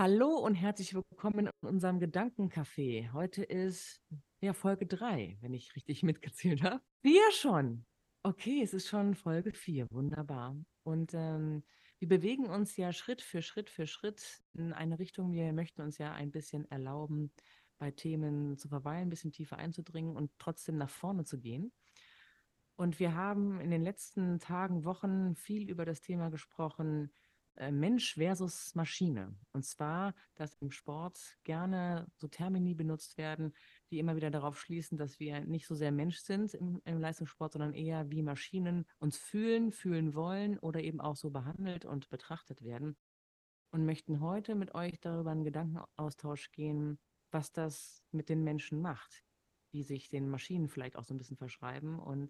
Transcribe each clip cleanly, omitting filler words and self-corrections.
Hallo und herzlich willkommen in unserem Gedankencafé. Heute ist ja Folge 3, wenn ich richtig mitgezählt habe. Wir schon. Okay, es ist schon Folge 4. Wunderbar. Und wir bewegen uns ja Schritt für Schritt in eine Richtung. Wir möchten uns ja ein bisschen erlauben, bei Themen zu verweilen, ein bisschen tiefer einzudringen und trotzdem nach vorne zu gehen. Und wir haben in den letzten Tagen, Wochen viel über das Thema gesprochen, Mensch versus Maschine. Und zwar, dass im Sport gerne so Termini benutzt werden, die immer wieder darauf schließen, dass wir nicht so sehr Mensch sind im Leistungssport, sondern eher wie Maschinen uns fühlen, fühlen wollen oder eben auch so behandelt und betrachtet werden. Und möchten heute mit euch darüber einen Gedankenaustausch gehen, was das mit den Menschen macht, die sich den Maschinen vielleicht auch so ein bisschen verschreiben und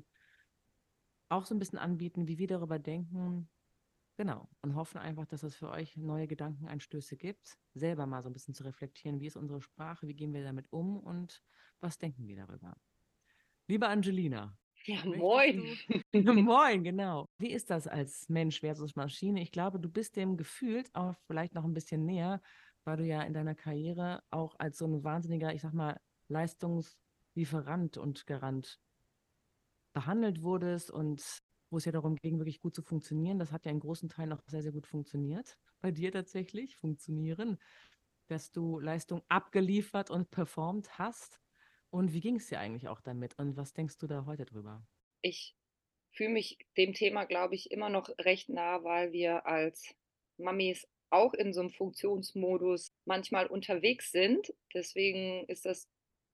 auch so ein bisschen anbieten, wie wir darüber denken. Genau. Und hoffen einfach, dass es für euch neue Gedankenanstöße gibt, selber mal so ein bisschen zu reflektieren, wie ist unsere Sprache, wie gehen wir damit um und was denken wir darüber. Liebe Angelina, Ja, möchtest moin. du. Moin, genau. Wie ist das als Mensch versus Maschine? Ich glaube, du bist dem gefühlt auch vielleicht noch ein bisschen näher, weil du ja in deiner Karriere auch als so ein wahnsinniger, ich sag mal, Leistungslieferant und Garant behandelt wurdest und wo es ja darum ging, wirklich gut zu funktionieren. Das hat ja in großen Teilen auch sehr, sehr gut funktioniert. Bei dir tatsächlich funktionieren, dass du Leistung abgeliefert und performt hast. Und wie ging es dir eigentlich auch damit? Und was denkst du da heute drüber? Ich fühle mich dem Thema, glaube ich, immer noch recht nah, weil wir als Mamis auch in so einem Funktionsmodus manchmal unterwegs sind. Deswegen ist das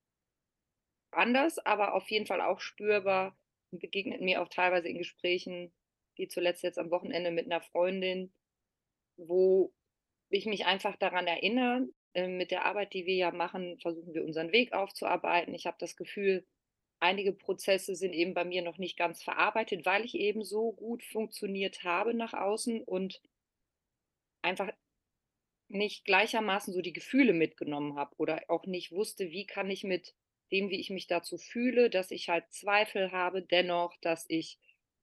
anders, aber auf jeden Fall auch spürbar und begegnet mir auch teilweise in Gesprächen, wie zuletzt jetzt am Wochenende mit einer Freundin, wo ich mich einfach daran erinnere, mit der Arbeit, die wir ja machen, versuchen wir unseren Weg aufzuarbeiten. Ich habe das Gefühl, einige Prozesse sind eben bei mir noch nicht ganz verarbeitet, weil ich eben so gut funktioniert habe nach außen und einfach nicht gleichermaßen so die Gefühle mitgenommen habe oder auch nicht wusste, wie kann ich mit dem, wie ich mich dazu fühle, dass ich halt Zweifel habe, dennoch, dass ich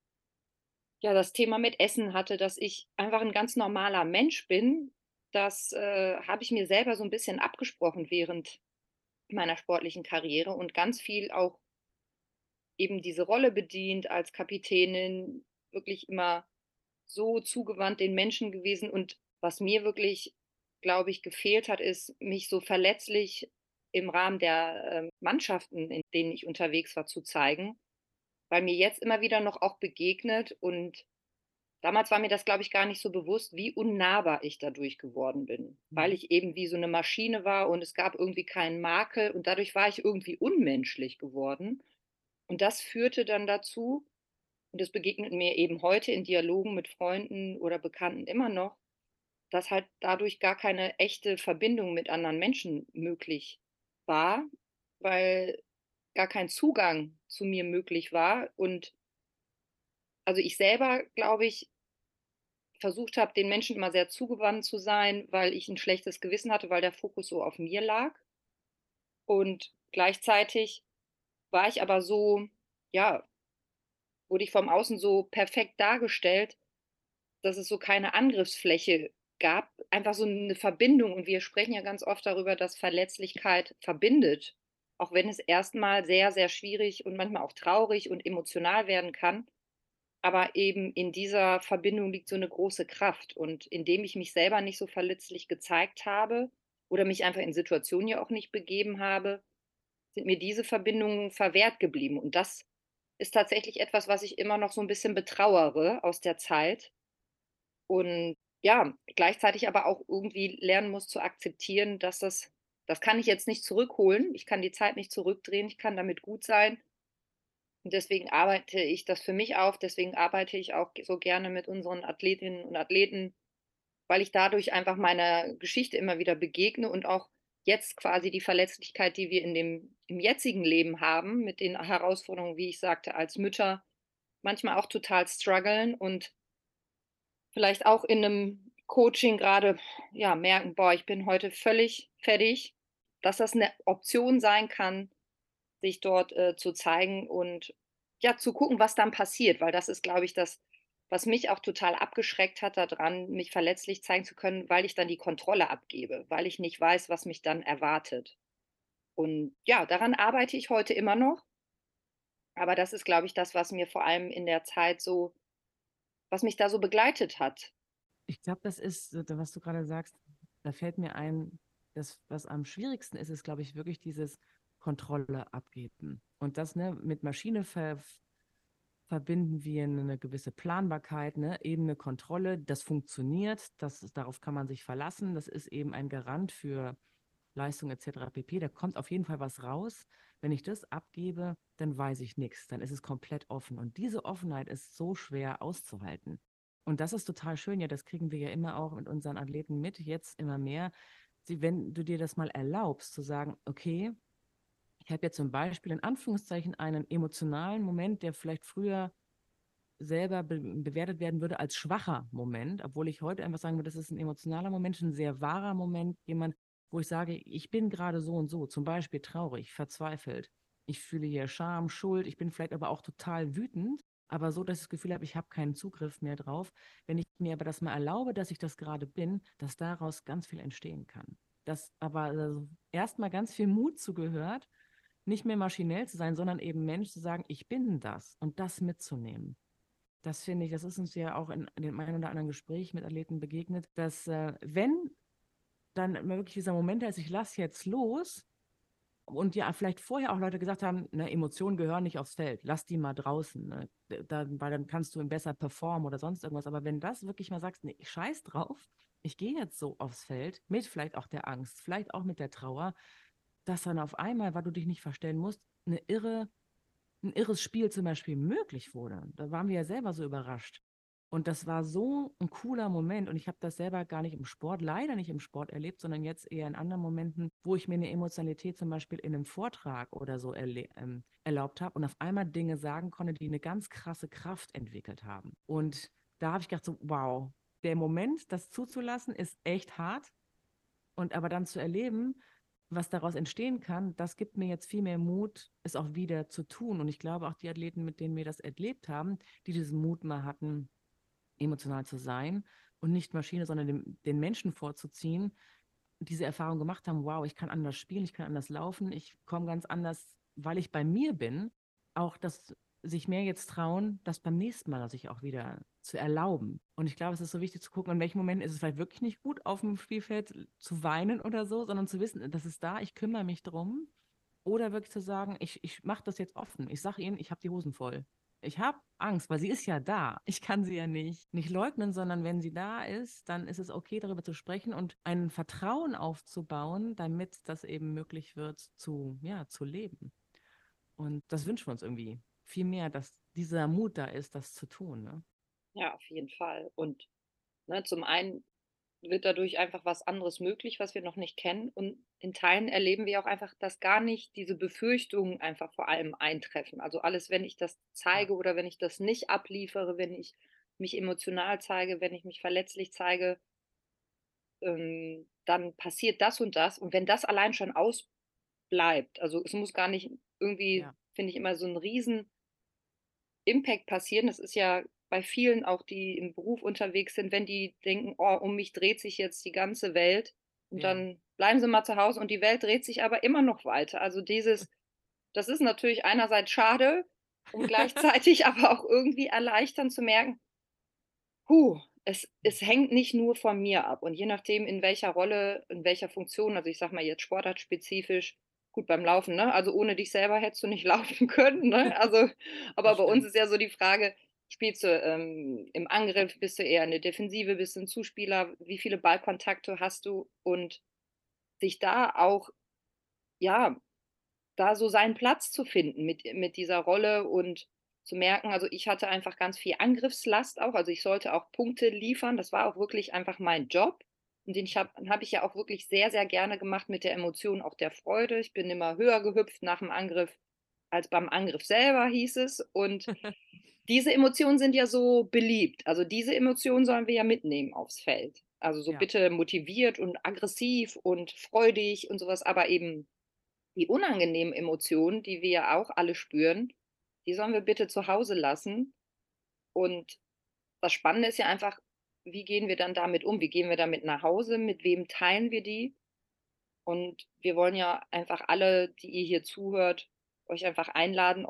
ja das Thema mit Essen hatte, dass ich einfach ein ganz normaler Mensch bin. Das habe ich mir selber so ein bisschen abgesprochen während meiner sportlichen Karriere und ganz viel auch eben diese Rolle bedient als Kapitänin, wirklich immer so zugewandt den Menschen gewesen. Und was mir wirklich, glaube ich, gefehlt hat, ist, mich so verletzlich im Rahmen der, Mannschaften, in denen ich unterwegs war, zu zeigen, weil mir jetzt immer wieder noch auch begegnet und damals war mir das, glaube ich, gar nicht so bewusst, wie unnahbar ich dadurch geworden bin, weil Mhm. ich eben wie so eine Maschine war und es gab irgendwie keinen Makel und dadurch war ich irgendwie unmenschlich geworden. Und das führte dann dazu und das begegnet mir eben heute in Dialogen mit Freunden oder Bekannten immer noch, dass halt dadurch gar keine echte Verbindung mit anderen Menschen möglich war, weil gar kein Zugang zu mir möglich war. Und also ich selber, glaube ich, versucht habe, den Menschen immer sehr zugewandt zu sein, weil ich ein schlechtes Gewissen hatte, weil der Fokus so auf mir lag. Und gleichzeitig war ich aber so, ja, wurde ich vom Außen so perfekt dargestellt, dass es so keine Angriffsfläche gab, einfach so 'ne Verbindung und wir sprechen ja ganz oft darüber, dass Verletzlichkeit verbindet, auch wenn es erst mal sehr, sehr schwierig und manchmal auch traurig und emotional werden kann. Aber eben in dieser Verbindung liegt so 'ne große Kraft und indem ich mich selber nicht so verletzlich gezeigt habe oder mich einfach in Situationen ja auch nicht begeben habe, sind mir diese Verbindungen verwehrt geblieben. Und das ist tatsächlich etwas, was ich immer noch so 'n bisschen betrauere aus der Zeit. Und ja, gleichzeitig aber auch irgendwie lernen muss zu akzeptieren, dass das kann ich jetzt nicht zurückholen. Ich kann die Zeit nicht zurückdrehen. Ich kann damit gut sein. Und deswegen arbeite ich das für mich auf. Deswegen arbeite ich auch so gerne mit unseren Athletinnen und Athleten, weil ich dadurch einfach meiner Geschichte immer wieder begegne und auch jetzt quasi die Verletzlichkeit, die wir im jetzigen Leben haben, mit den Herausforderungen, wie ich sagte, als Mütter manchmal auch total strugglen und vielleicht auch in 'nem Coaching grade, ja, merken: „Boah, ich bin heute völlig fertig“, dass das 'ne Option sein kann, sich dort, zu zeigen und, ja, zu gucken, was dann passiert, weil das ist, glaube ich, das, was mich auch total abgeschreckt hat daran, mich verletzlich zeigen zu können, weil ich dann die Kontrolle abgebe, weil ich nicht weiß, was mich dann erwartet. Und ja, daran arbeite ich heute immer noch, aber das ist, glaube ich, das, was mir vor allem in der Zeit so was mich da so begleitet hat. Ich glaube, das ist, was du gerade sagst, da fällt mir ein, das, was am schwierigsten ist, ist, glaube ich, wirklich dieses Kontrolle abgeben. Und das, ne, mit Maschine verbinden wir eine gewisse Planbarkeit, ne, eben eine Kontrolle, das funktioniert, darauf kann man sich verlassen, das ist eben ein Garant für Leistung etc. pp. Da kommt auf jeden Fall was raus. Wenn ich das abgebe, dann weiß ich nichts, dann ist es komplett offen. Und diese Offenheit ist so schwer auszuhalten. Und das ist total schön, ja, das kriegen wir ja immer auch mit unseren Athleten mit, jetzt immer mehr. Wenn du dir das mal erlaubst, zu sagen, okay, ich habe jetzt zum Beispiel in Anführungszeichen einen emotionalen Moment, der vielleicht früher selber bewertet werden würde als schwacher Moment, obwohl ich heute einfach sagen würde, das ist ein emotionaler Moment, ein sehr wahrer Moment, jemand, wo ich sage, ich bin gerade so und so, zum Beispiel traurig, verzweifelt. Ich fühle hier Scham, Schuld, ich bin vielleicht aber auch total wütend, aber so, dass ich das Gefühl habe, ich habe keinen Zugriff mehr drauf. Wenn ich mir aber das mal erlaube, dass ich das gerade bin, dass daraus ganz viel entstehen kann. Dass aber erstmal ganz viel Mut zugehört, nicht mehr maschinell zu sein, sondern eben Mensch zu sagen, ich bin das und das mitzunehmen. Das finde ich, das ist uns ja auch in dem einen oder anderen Gespräch mit Athleten begegnet, dass wenn dann wirklich dieser Moment ist, ich lasse jetzt los und ja, vielleicht vorher auch Leute gesagt haben, ne, Emotionen gehören nicht aufs Feld, lass die mal draußen, ne, weil dann kannst du besser performen oder sonst irgendwas. Aber wenn das wirklich mal sagst, nee, ich scheiß drauf, ich gehe jetzt so aufs Feld, mit vielleicht auch der Angst, vielleicht auch mit der Trauer, dass dann auf einmal, weil du dich nicht verstellen musst, ein irres Spiel zum Beispiel möglich wurde. Da waren wir ja selber so überrascht. Und das war so ein cooler Moment. Und ich habe das selber gar nicht im Sport, leider nicht im Sport erlebt, sondern jetzt eher in anderen Momenten, wo ich mir eine Emotionalität zum Beispiel in einem Vortrag oder so erlaubt habe und auf einmal Dinge sagen konnte, die eine ganz krasse Kraft entwickelt haben. Und da habe ich gedacht, so, wow, der Moment, das zuzulassen, ist echt hart. Und aber dann zu erleben, was daraus entstehen kann, das gibt mir jetzt viel mehr Mut, es auch wieder zu tun. Und ich glaube, auch die Athleten, mit denen wir das erlebt haben, die diesen Mut mal hatten, emotional zu sein und nicht Maschine, sondern den Menschen vorzuziehen, diese Erfahrung gemacht haben, wow, ich kann anders spielen, ich kann anders laufen, ich komme ganz anders, weil ich bei mir bin, auch das sich mehr jetzt trauen, das beim nächsten Mal sich auch wieder zu erlauben. Und ich glaube, es ist so wichtig zu gucken, in welchen Momenten ist es vielleicht wirklich nicht gut, auf dem Spielfeld zu weinen oder so, sondern zu wissen, das ist da, ich kümmere mich drum. Oder wirklich zu sagen, ich mache das jetzt offen. Ich sage Ihnen, ich habe die Hosen voll. Ich habe Angst, weil sie ist ja da. Ich kann sie ja nicht leugnen, sondern wenn sie da ist, dann ist es okay, darüber zu sprechen und ein Vertrauen aufzubauen, damit das eben möglich wird, ja, zu leben. Und das wünschen wir uns irgendwie viel mehr, dass dieser Mut da ist, das zu tun. Ne? Ja, auf jeden Fall. Und, ne, zum einen wird dadurch einfach was anderes möglich, was wir noch nicht kennen. Und in Teilen erleben wir auch einfach, dass gar nicht diese Befürchtungen einfach vor allem eintreffen. Also alles, wenn ich das Ja, zeige oder wenn ich das nicht abliefere, wenn ich mich emotional zeige, wenn ich mich verletzlich zeige, dann passiert das und das. Und wenn das allein schon ausbleibt, also es muss gar nicht irgendwie, ja, finde ich, immer so ein riesen Impact passieren. Das ist ja bei vielen auch, die im Beruf unterwegs sind, wenn die denken: „Oh, um mich dreht sich jetzt die ganze Welt.“ Und ja, dann bleiben sie mal zu Hause und die Welt dreht sich aber immer noch weiter. Also, das ist natürlich einerseits schade und gleichzeitig aber auch irgendwie erleichternd zu merken: es hängt nicht nur von mir ab. Und je nachdem, in welcher Rolle, in welcher Funktion, also, ich sage mal jetzt sportartspezifisch, gut, beim Laufen, ne? Also, ohne dich selber hättest du nicht laufen können, ne? Also, aber das bei uns stimmt. ist ja so die Frage, spielst du, im Angriff, bist du eher in der Defensive, bist du 'n Zuspieler, wie viele Ballkontakte hast du? Und sich da auch, ja, da so seinen Platz zu finden mit dieser Rolle und zu merken, also, ich hatte einfach ganz viel Angriffslast auch. Also, ich sollte auch Punkte liefern. Das war auch wirklich einfach mein Job. Und den habe ich ja auch wirklich sehr, sehr gerne gemacht mit der Emotion auch der Freude. Ich bin immer höher gehüpft nach dem Angriff als beim Angriff selber, hieß es. Und diese Emotionen sind ja so beliebt. Also, diese Emotionen sollen wir ja mitnehmen aufs Feld. Also, so Ja, bitte motiviert und aggressiv und freudig und sowas, aber eben die unangenehmen Emotionen, die wir ja auch alle spüren, die sollen wir bitte zu Hause lassen und das Spannende ist ja einfach, wie gehen wir dann damit um? Wie gehen wir damit nach Hause? Mit wem teilen wir die? Und wir wollen ja einfach alle, die ihr hier zuhört, euch einfach einladen,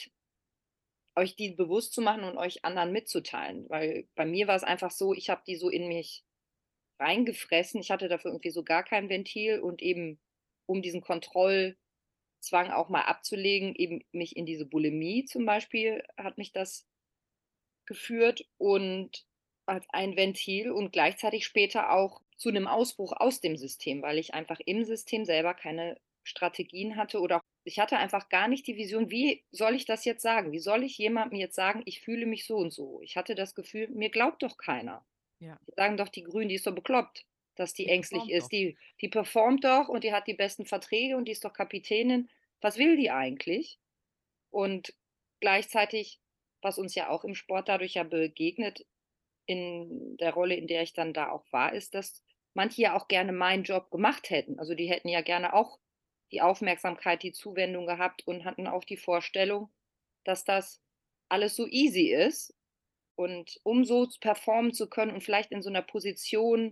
euch die bewusst zu machen und euch anderen mitzuteilen. Weil bei mir war es einfach so, ich habe die so in mich reingefressen. Ich hatte dafür irgendwie so gar kein Ventil und eben, um diesen Kontrollzwang auch mal abzulegen, eben mich in diese Bulimie zum Beispiel hat mich das geführt und als ein Ventil und gleichzeitig später auch zu einem Ausbruch aus dem System, weil ich einfach im System selber keine Strategien hatte oder ich hatte einfach gar nicht die Vision, wie soll ich das jetzt sagen? Wie soll ich jemandem jetzt sagen, ich fühle mich so und so? Ich hatte das Gefühl, mir glaubt doch keiner. Ja, Die sagen doch, die Grünen, die ist doch bekloppt, dass die die ängstlich performt ist. doch. Die performt doch und die hat die besten Verträge und die ist doch Kapitänin. Was will die eigentlich? Und gleichzeitig, was uns ja auch im Sport dadurch ja begegnet, in der Rolle, in der ich dann da auch war, ist, dass manche ja auch gerne meinen Job gemacht hätten. Also die hätten ja gerne auch die Aufmerksamkeit, die Zuwendung gehabt und hatten auch die Vorstellung, dass das alles so easy ist. Und um so performen zu können und vielleicht in so einer Position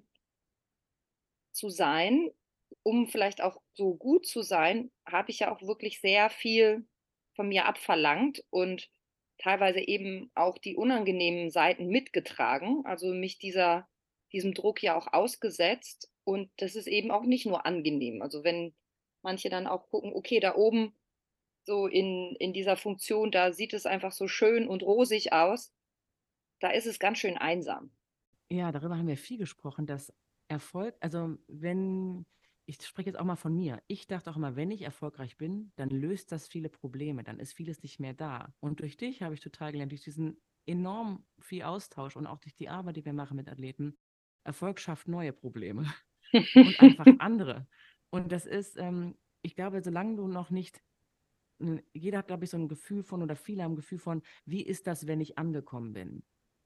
zu sein, um vielleicht auch so gut zu sein, habe ich ja auch wirklich sehr viel von mir abverlangt und teilweise eben auch die unangenehmen Seiten mitgetragen, also mich diesem Druck ja auch ausgesetzt. Und das ist eben auch nicht nur angenehm. Also wenn manche dann auch gucken, okay, da oben so in dieser Funktion, da sieht es einfach so schön und rosig aus, da ist es ganz schön einsam. Ja, darüber haben wir viel gesprochen, dass Erfolg, also wenn, ich spreche jetzt auch mal von mir, ich dachte auch immer, wenn ich erfolgreich bin, dann löst das viele Probleme, dann ist vieles nicht mehr da. Und durch dich habe ich total gelernt, durch diesen enorm viel Austausch und auch durch die Arbeit, die wir machen mit Athleten, Erfolg schafft neue Probleme und einfach andere. Und das ist, ich glaube, solange du noch nicht, jeder hat, glaube ich, so ein Gefühl von, oder viele haben ein Gefühl von, wie ist das, wenn ich angekommen bin?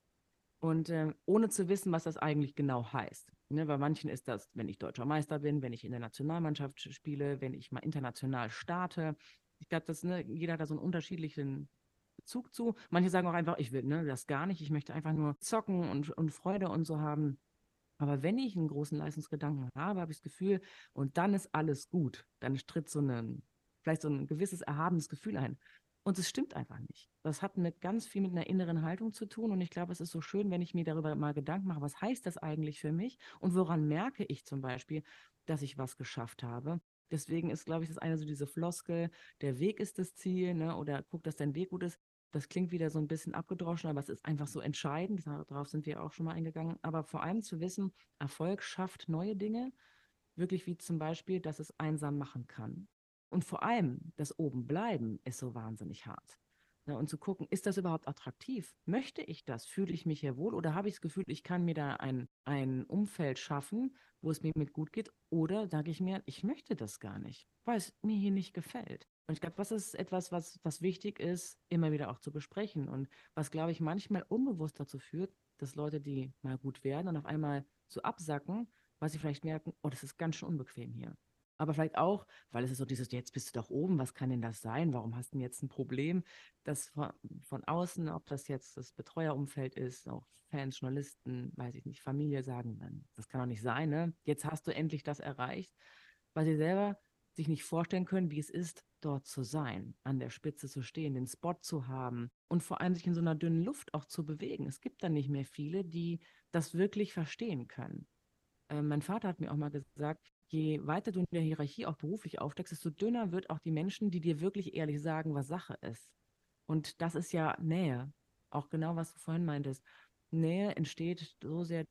Und ohne zu wissen, was das eigentlich genau heißt. Ne, bei manchen ist das, wenn ich deutscher Meister bin, wenn ich in der Nationalmannschaft spiele, wenn ich mal international starte. Ich glaube, ne, jeder hat da so einen unterschiedlichen Bezug zu. Manche sagen auch einfach, ich will ne, das gar nicht, ich möchte einfach nur zocken und Freude und so haben. Aber wenn ich einen großen Leistungsgedanken habe, habe ich das Gefühl, und dann ist alles gut. Dann tritt vielleicht so ein gewisses erhabenes Gefühl ein. Und es stimmt einfach nicht. Das hat ganz viel mit einer inneren Haltung zu tun. Und ich glaube, es ist so schön, wenn ich mir darüber mal Gedanken mache, was heißt das eigentlich für mich? Und woran merke ich zum Beispiel, dass ich was geschafft habe? Deswegen ist, glaube ich, das eine so diese Floskel, der Weg ist das Ziel, ne? Oder guck, dass dein Weg gut ist. Das klingt wieder so ein bisschen abgedroschen, aber es ist einfach so entscheidend. Darauf sind wir auch schon mal eingegangen. Aber vor allem zu wissen, Erfolg schafft neue Dinge, wirklich wie zum Beispiel, dass es einsam machen kann. Und vor allem, das Obenbleiben ist so wahnsinnig hart. Ja, und zu gucken, ist das überhaupt attraktiv? Möchte ich das? Fühle ich mich hier wohl? Oder habe ich das Gefühl, ich kann mir da ein Umfeld schaffen, wo es mir mit gut geht? Oder sage ich mir, ich möchte das gar nicht, weil es mir hier nicht gefällt. Und ich glaube, das ist etwas, was wichtig ist, immer wieder auch zu besprechen. Und was, glaube ich, manchmal unbewusst dazu führt, dass Leute, die mal gut werden und auf einmal so absacken, weil sie vielleicht merken, oh, das ist ganz schön unbequem hier. Aber vielleicht auch, weil es ist so dieses, jetzt bist du doch oben, was kann denn das sein? Warum hast du denn jetzt ein Problem? Das von außen, ob das jetzt das Betreuerumfeld ist, auch Fans, Journalisten, weiß ich nicht, Familie sagen dann, das kann doch nicht sein, ne? Jetzt hast du endlich das erreicht, weil sie selber sich nicht vorstellen können, wie es ist, dort zu sein, an der Spitze zu stehen, den Spot zu haben und vor allem sich in so einer dünnen Luft auch zu bewegen. Es gibt dann nicht mehr viele, die das wirklich verstehen können. Mein Vater hat mir auch mal gesagt, je weiter du in der Hierarchie auch beruflich aufsteigst, desto dünner wird auch die Menschen, die dir wirklich ehrlich sagen, was Sache ist. Und das ist ja Nähe. Auch genau, was du vorhin meintest. Nähe entsteht so sehr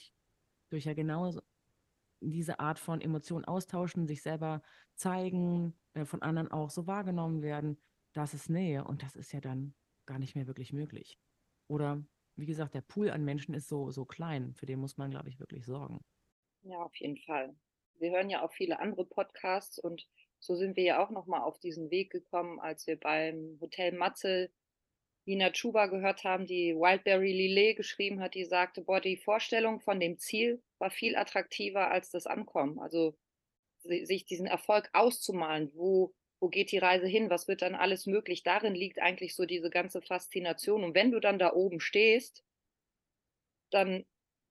durch ja genau diese Art von Emotionen austauschen, sich selber zeigen, von anderen auch so wahrgenommen werden. Das ist Nähe und das ist ja dann gar nicht mehr wirklich möglich. Oder wie gesagt, der Pool an Menschen ist so klein, für den muss man, glaube ich, wirklich sorgen. Ja, auf jeden Fall. Wir hören ja auch viele andere Podcasts und so sind wir ja auch noch mal auf diesen Weg gekommen, als wir beim Hotel Matze Nina Chuba gehört haben, die Wildberry Lillet geschrieben hat, die sagte, boah, die Vorstellung von dem Ziel war viel attraktiver als das Ankommen. Also sich diesen Erfolg auszumalen, wo geht die Reise hin, was wird dann alles möglich, darin liegt eigentlich so diese ganze Faszination. Und wenn du dann da oben stehst, dann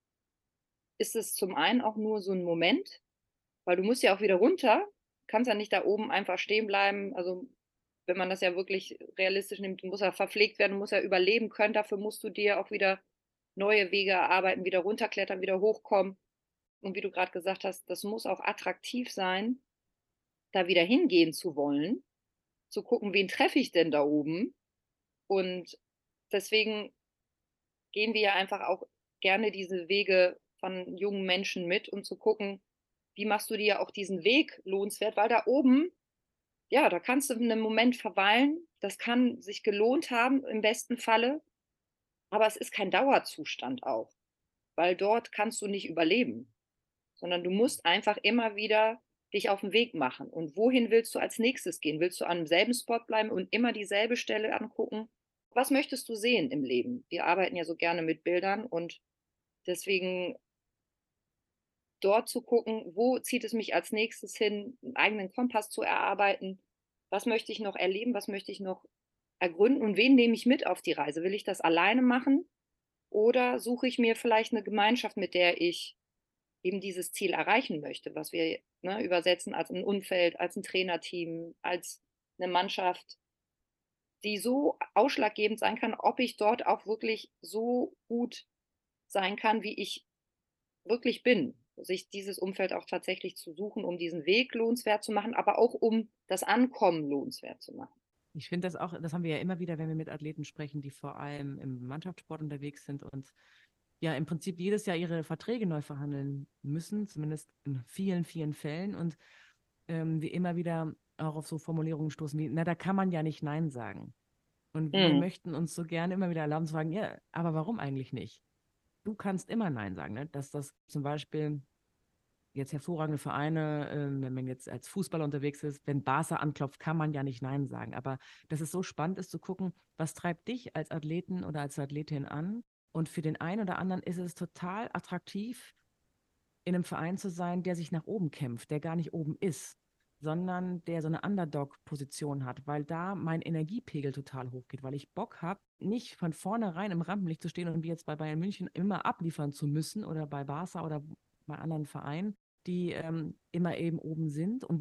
ist es zum einen auch nur so 'n Moment, weil du musst ja auch wieder runter, kannst ja nicht da oben einfach stehen bleiben. Also, wenn man das ja wirklich realistisch nimmt, du musst ja verpflegt werden, du musst ja überleben können. Dafür musst du dir auch wieder neue Wege erarbeiten, wieder runterklettern, wieder hochkommen. Und wie du grad gesagt hast, das muss auch attraktiv sein, da wieder hingehen zu wollen, zu gucken: „Wen treffe ich denn da oben?“ Und deswegen gehen wir ja einfach auch gerne diese Wege von jungen Menschen mit, um zu gucken, wie machst du dir ja auch diesen Weg lohnenswert, weil da oben, ja, da kannst du 'nen Moment verweilen. Das kann sich gelohnt haben im besten Falle, aber es ist kein Dauerzustand auch, weil dort kannst du nicht überleben, sondern du musst einfach immer wieder dich auf 'n Weg machen. Und wohin willst du als Nächstes gehen? Willst du an demselben Spot bleiben und immer dieselbe Stelle angucken? Was möchtest du sehen im Leben? Wir arbeiten ja so gerne mit Bildern und deswegen dort zu gucken, wo zieht es mich als Nächstes hin, 'n eigenen Kompass zu erarbeiten. Was möchte ich noch erleben? Was möchte ich noch ergründen und wen nehme ich mit auf die Reise? Will ich das alleine machen oder suche ich mir vielleicht 'ne Gemeinschaft, mit der ich eben dieses Ziel erreichen möchte, was wir, ne, übersetzen als 'n Umfeld, als 'n Trainerteam, als 'ne Mannschaft, die so ausschlaggebend sein kann, ob ich dort auch wirklich so gut sein kann, wie ich wirklich bin. Sich dieses Umfeld auch tatsächlich zu suchen, um diesen Weg lohnenswert zu machen, aber auch um das Ankommen lohnenswert zu machen. Ich finde das auch, das haben wir ja immer wieder, wenn wir mit Athleten sprechen, die vor allem im Mannschaftssport unterwegs sind und ja im Prinzip jedes Jahr ihre Verträge neu verhandeln müssen, zumindest in vielen, vielen Fällen. Und wir immer wieder auch auf so Formulierungen stoßen wie, na, da kann man ja nicht Nein sagen. Und wir Mhm. möchten uns so gerne immer wieder erlauben zu fragen, ja, aber warum eigentlich nicht? Du kannst immer Nein sagen, ne? Dass das zum Beispiel jetzt hervorragende Vereine, wenn man jetzt als Fußballer unterwegs ist, wenn Barca anklopft, kann man ja nicht Nein sagen. Aber dass es so spannend ist zu gucken, was treibt dich als Athleten oder als Athletin an? Und für den einen oder anderen ist es total attraktiv, in einem Verein zu sein, der sich nach oben kämpft, der gar nicht oben ist, sondern der so eine Underdog-Position hat, weil da mein Energiepegel total hochgeht, weil ich Bock habe, nicht von vornherein im Rampenlicht zu stehen und wie jetzt bei Bayern München immer abliefern zu müssen oder bei Barca oder bei anderen Vereinen, die immer eben oben sind und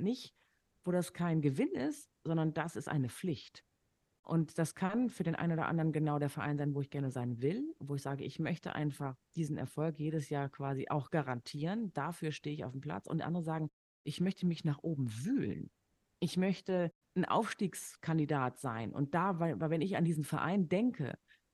wo das kein Gewinn ist, sondern das ist eine Pflicht. Und das kann für den einen oder anderen genau der Verein sein, wo ich gerne sein will, wo ich sage, ich möchte einfach diesen Erfolg jedes Jahr quasi auch garantieren. Dafür stehe ich auf dem Platz. Und andere sagen, ich möchte mich nach oben wühlen. Ich möchte ein Aufstiegskandidat sein. Und da, weil wenn ich an diesen Verein denke,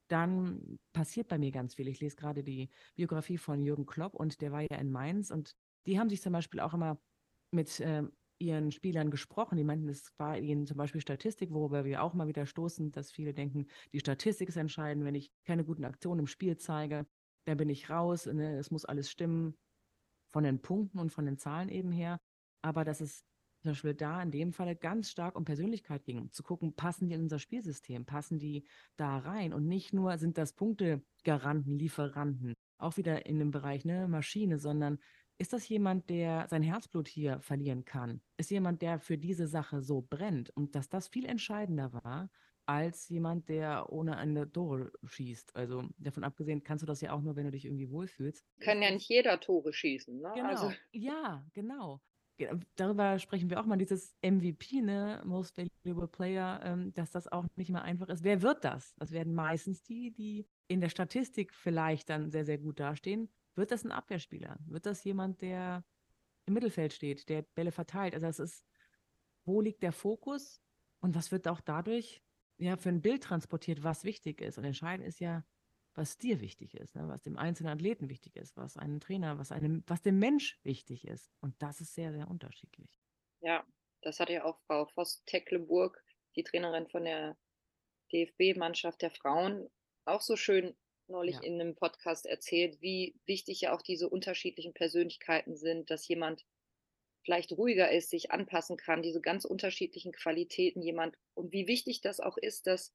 dann passiert bei mir ganz viel. Ich lese gerade die Biografie von Jürgen Klopp und der war ja in Mainz und die haben sich zum Beispiel auch immer mit ihren Spielern gesprochen. Die meinten, es war ihnen zum Beispiel Statistik, worüber wir auch mal wieder stoßen, dass viele denken, die Statistik ist entscheidend. Wenn ich keine guten Aktionen im Spiel zeige, dann bin ich raus. Ne? Es muss alles stimmen von den Punkten und von den Zahlen eben her. Aber dass es zum Beispiel da in dem Falle ganz stark um Persönlichkeit ging, um zu gucken, passen die in unser Spielsystem, passen die da rein und nicht nur sind das Punktegaranten, Lieferanten, auch wieder in dem Bereich ne, Maschine, sondern ist das jemand, der sein Herzblut hier verlieren kann? Ist jemand, der für diese Sache so brennt? Und dass das viel entscheidender war, als jemand, der ohne eine Tore schießt. Also davon abgesehen, kannst du das ja auch nur, wenn du dich irgendwie wohlfühlst. Kann Ist ja das nicht jeder Tore schießen, ne? Also, genau, ja, genau. Darüber sprechen wir auch mal, dieses MVP, ne, Most Valuable Player, dass das auch nicht mehr einfach ist. Wer wird das? Das werden meistens die, die in der Statistik vielleicht dann sehr, sehr gut dastehen. Wird das ein Abwehrspieler? Wird das jemand, der im Mittelfeld steht, der Bälle verteilt? Also es ist, wo liegt der Fokus und was wird auch dadurch ja für ein Bild transportiert, was wichtig ist? Und entscheidend ist ja, was dir wichtig ist, ne? Was dem einzelnen Athleten wichtig ist, was einem Trainer, was dem Mensch wichtig ist. Und das ist sehr, sehr unterschiedlich. ja, das hat ja auch Frau Voss-Tecklenburg, die Trainerin von der DFB-Mannschaft der Frauen, auch so schön neulich Ja. in einem Podcast erzählt, wie wichtig ja auch diese unterschiedlichen Persönlichkeiten sind, dass jemand vielleicht ruhiger ist, sich anpassen kann, diese ganz unterschiedlichen Qualitäten jemand und wie wichtig das auch ist, dass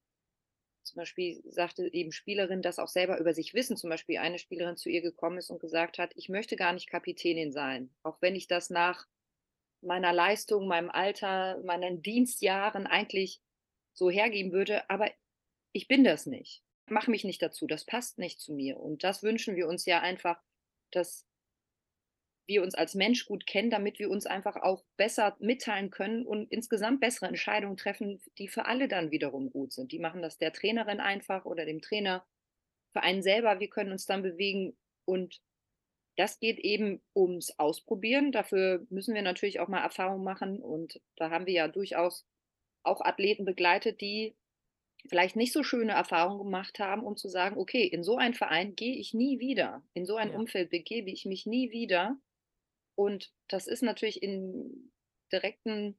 zum Beispiel sagte eben Spielerin das auch selber über sich wissen. Zum Beispiel eine Spielerin zu ihr gekommen ist und gesagt hat: „Ich möchte gar nicht Kapitänin sein, auch wenn ich das nach meiner Leistung, meinem Alter, meinen Dienstjahren eigentlich so hergeben würde, aber ich bin das nicht.“ mache mich nicht dazu, das passt nicht zu mir. Und das wünschen wir uns ja einfach, dass wir uns als Mensch gut kennen, damit wir uns einfach auch besser mitteilen können und insgesamt bessere Entscheidungen treffen, die für alle dann wiederum gut sind. Die machen das der Trainerin einfach oder dem Trainer, für einen selber. Wir können uns dann bewegen und das geht eben ums Ausprobieren. Dafür müssen wir natürlich auch mal Erfahrung machen und da haben wir ja durchaus auch Athleten begleitet, die vielleicht nicht so schöne Erfahrungen gemacht haben, um zu sagen: „Okay, in so einen Verein gehe ich nie wieder. In so ein Ja, Umfeld begebe ich mich nie wieder.“ Und das ist natürlich im direkten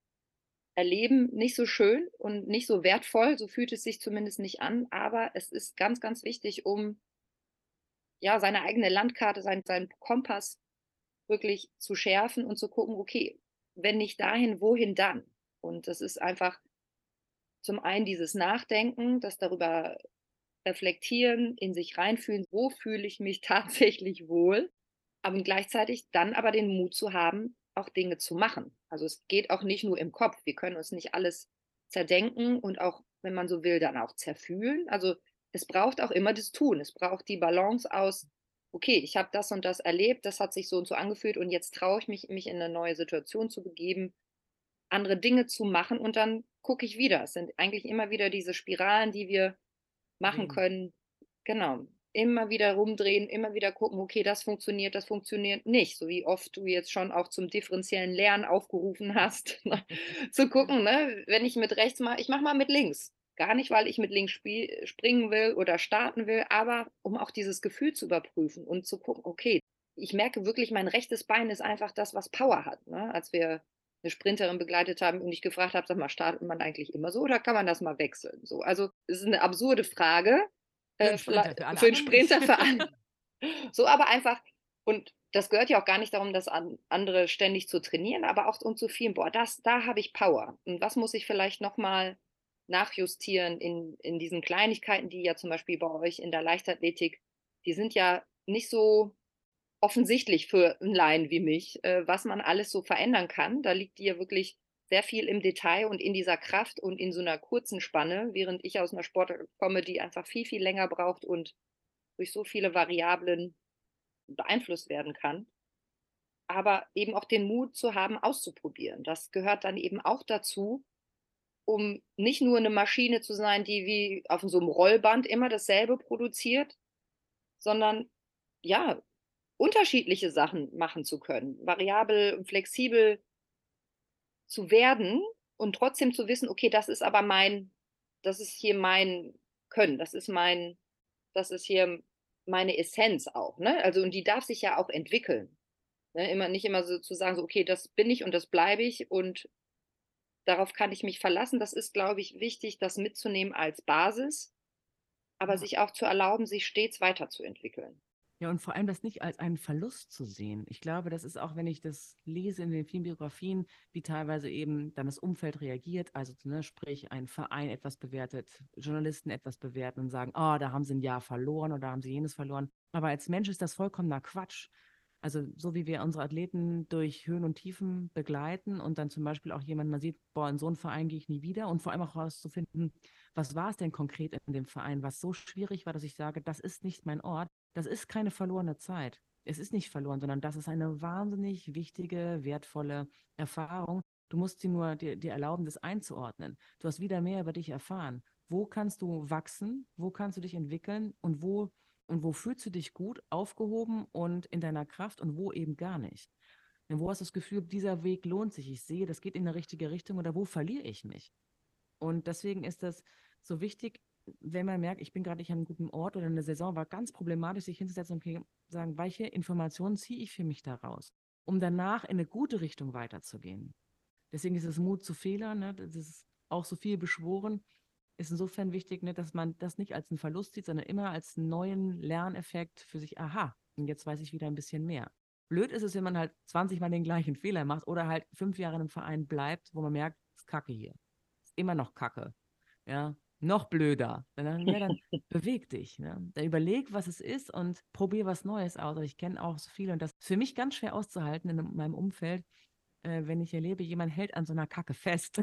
Erleben nicht so schön und nicht so wertvoll, so fühlt es sich zumindest nicht an, aber es ist ganz, ganz wichtig, um, ja, seine eigene Landkarte, seinen Kompass wirklich zu schärfen und zu gucken: „Okay, wenn nicht dahin, wohin dann?“ Und das ist einfach zum einen dieses Nachdenken, das darüber reflektieren, in sich reinfühlen: „Wo fühle ich mich tatsächlich wohl?“ Aber gleichzeitig dann aber den Mut zu haben, auch Dinge zu machen. Also, es geht auch nicht nur im Kopf. Wir können uns nicht alles zerdenken und auch, wenn man so will, dann auch zerfühlen. Also, es braucht auch immer das Tun. Es braucht die Balance aus: „Okay, ich habe das und das erlebt, das hat sich so und so angefühlt und jetzt traue ich mich, mich in eine neue Situation zu begeben, andere Dinge zu machen und dann gucke ich wieder.“ Es sind eigentlich immer wieder diese Spiralen, die wir machen drehen. können. Genau. Immer wieder rumdrehen, immer wieder gucken: „Okay, das funktioniert nicht“, so wie oft du jetzt schon auch zum differenziellen Lernen aufgerufen hast, ne? Zu gucken, ne, wenn ich mit rechts mache, ich mache mal mit links. Gar nicht, weil ich mit links springen will oder starten will, aber um auch dieses Gefühl zu überprüfen und zu gucken: „Okay, ich merke wirklich, mein rechtes Bein ist einfach das, was Power hat“, ne? Als wir eine Sprinterin begleitet haben und ich gefragt habe: „Sag mal, startet man eigentlich immer so oder kann man das mal wechseln?“ So, also, es ist eine absurde Frage, Für 'n viellei Sprinter, für alle für 'n anderen nicht. Sprinter, für alle. So, aber einfach und das gehört ja auch gar nicht darum, das andere ständig zu trainieren, aber auch um zu fühlen: „Boah, da habe ich Power. Und was muss ich vielleicht noch mal nachjustieren in diesen Kleinigkeiten“, die ja zum Beispiel bei euch in der Leichtathletik die sind ja nicht so offensichtlich für 'n Laien wie mich, was man alles so verändern kann. Da liegt dir wirklich sehr viel im Detail und in dieser Kraft und in so 'ner kurzen Spanne, während ich aus 'ner Sportart komme, die einfach viel, viel länger braucht und durch so viele Variablen beeinflusst werden kann. Aber eben auch den Mut zu haben, auszuprobieren. Das gehört dann eben auch dazu, um nicht nur 'ne Maschine zu sein, die wie auf so 'nem Rollband immer dasselbe produziert, sondern, ja, unterschiedliche Sachen machen zu können, variabel und flexibel zu werden und trotzdem zu wissen: „Okay, das ist hier mein Können, das ist hier meine Essenz auch“, ne? Also, und die darf sich ja auch entwickeln, ne? Immer nicht immer so zu sagen, so: „Okay, das bin ich und das bleibe ich und darauf kann ich mich verlassen.“ Das ist, glaube ich, wichtig, das mitzunehmen als Basis, aber Ja. sich auch zu erlauben, sich stets weiterzuentwickeln. Ja, und vor allem das nicht als einen Verlust zu sehen. Ich glaube, das ist auch, wenn ich das lese in den vielen Biografien, wie teilweise eben dann das Umfeld reagiert, also ne, sprich ein Verein etwas bewertet, Journalisten etwas bewerten und sagen, oh, da haben sie ein Jahr verloren oder haben sie jenes verloren. Aber als Mensch ist das vollkommener Quatsch. Also so wie wir unsere Athleten durch Höhen und Tiefen begleiten und dann zum Beispiel auch jemand, man sieht, boah, in so einen Verein gehe ich nie wieder und vor allem auch herauszufinden, was war es denn konkret in dem Verein, was so schwierig war, dass ich sage, das ist nicht mein Ort. Das ist keine verlorene Zeit. Es ist nicht verloren, sondern das ist eine wahnsinnig wichtige, wertvolle Erfahrung. Du musst sie nur dir erlauben, das einzuordnen. Du hast wieder mehr über dich erfahren. Wo kannst du wachsen? Wo kannst du dich entwickeln? Und wo fühlst du dich gut, aufgehoben und in deiner Kraft und wo eben gar nicht? Und wo hast du das Gefühl, dieser Weg lohnt sich? Ich sehe, das geht in eine richtige Richtung oder wo verliere ich mich? Und deswegen ist das so wichtig, wenn man merkt, ich bin gerade nicht an einem guten Ort oder eine Saison war ganz problematisch, sich hinzusetzen und sagen, welche Informationen ziehe ich für mich daraus, um danach in eine gute Richtung weiterzugehen. Deswegen ist es Mut zu Fehlern, ne? Das ist auch so viel beschworen, ist insofern wichtig, ne, dass man das nicht als einen Verlust sieht, sondern immer als einen neuen Lerneffekt für sich, aha, und jetzt weiß ich wieder ein bisschen mehr. Blöd ist es, wenn man halt 20 Mal den gleichen Fehler macht oder halt 5 Jahre in einem Verein bleibt, wo man merkt, es ist Kacke hier. Ist immer noch Kacke. Ja, noch blöder. Dann beweg dich. Ne? Dann überleg, was es ist und probier was Neues aus. Also ich kenne auch so viele und das ist für mich ganz schwer auszuhalten in meinem Umfeld, wenn ich erlebe, jemand hält an so einer Kacke fest.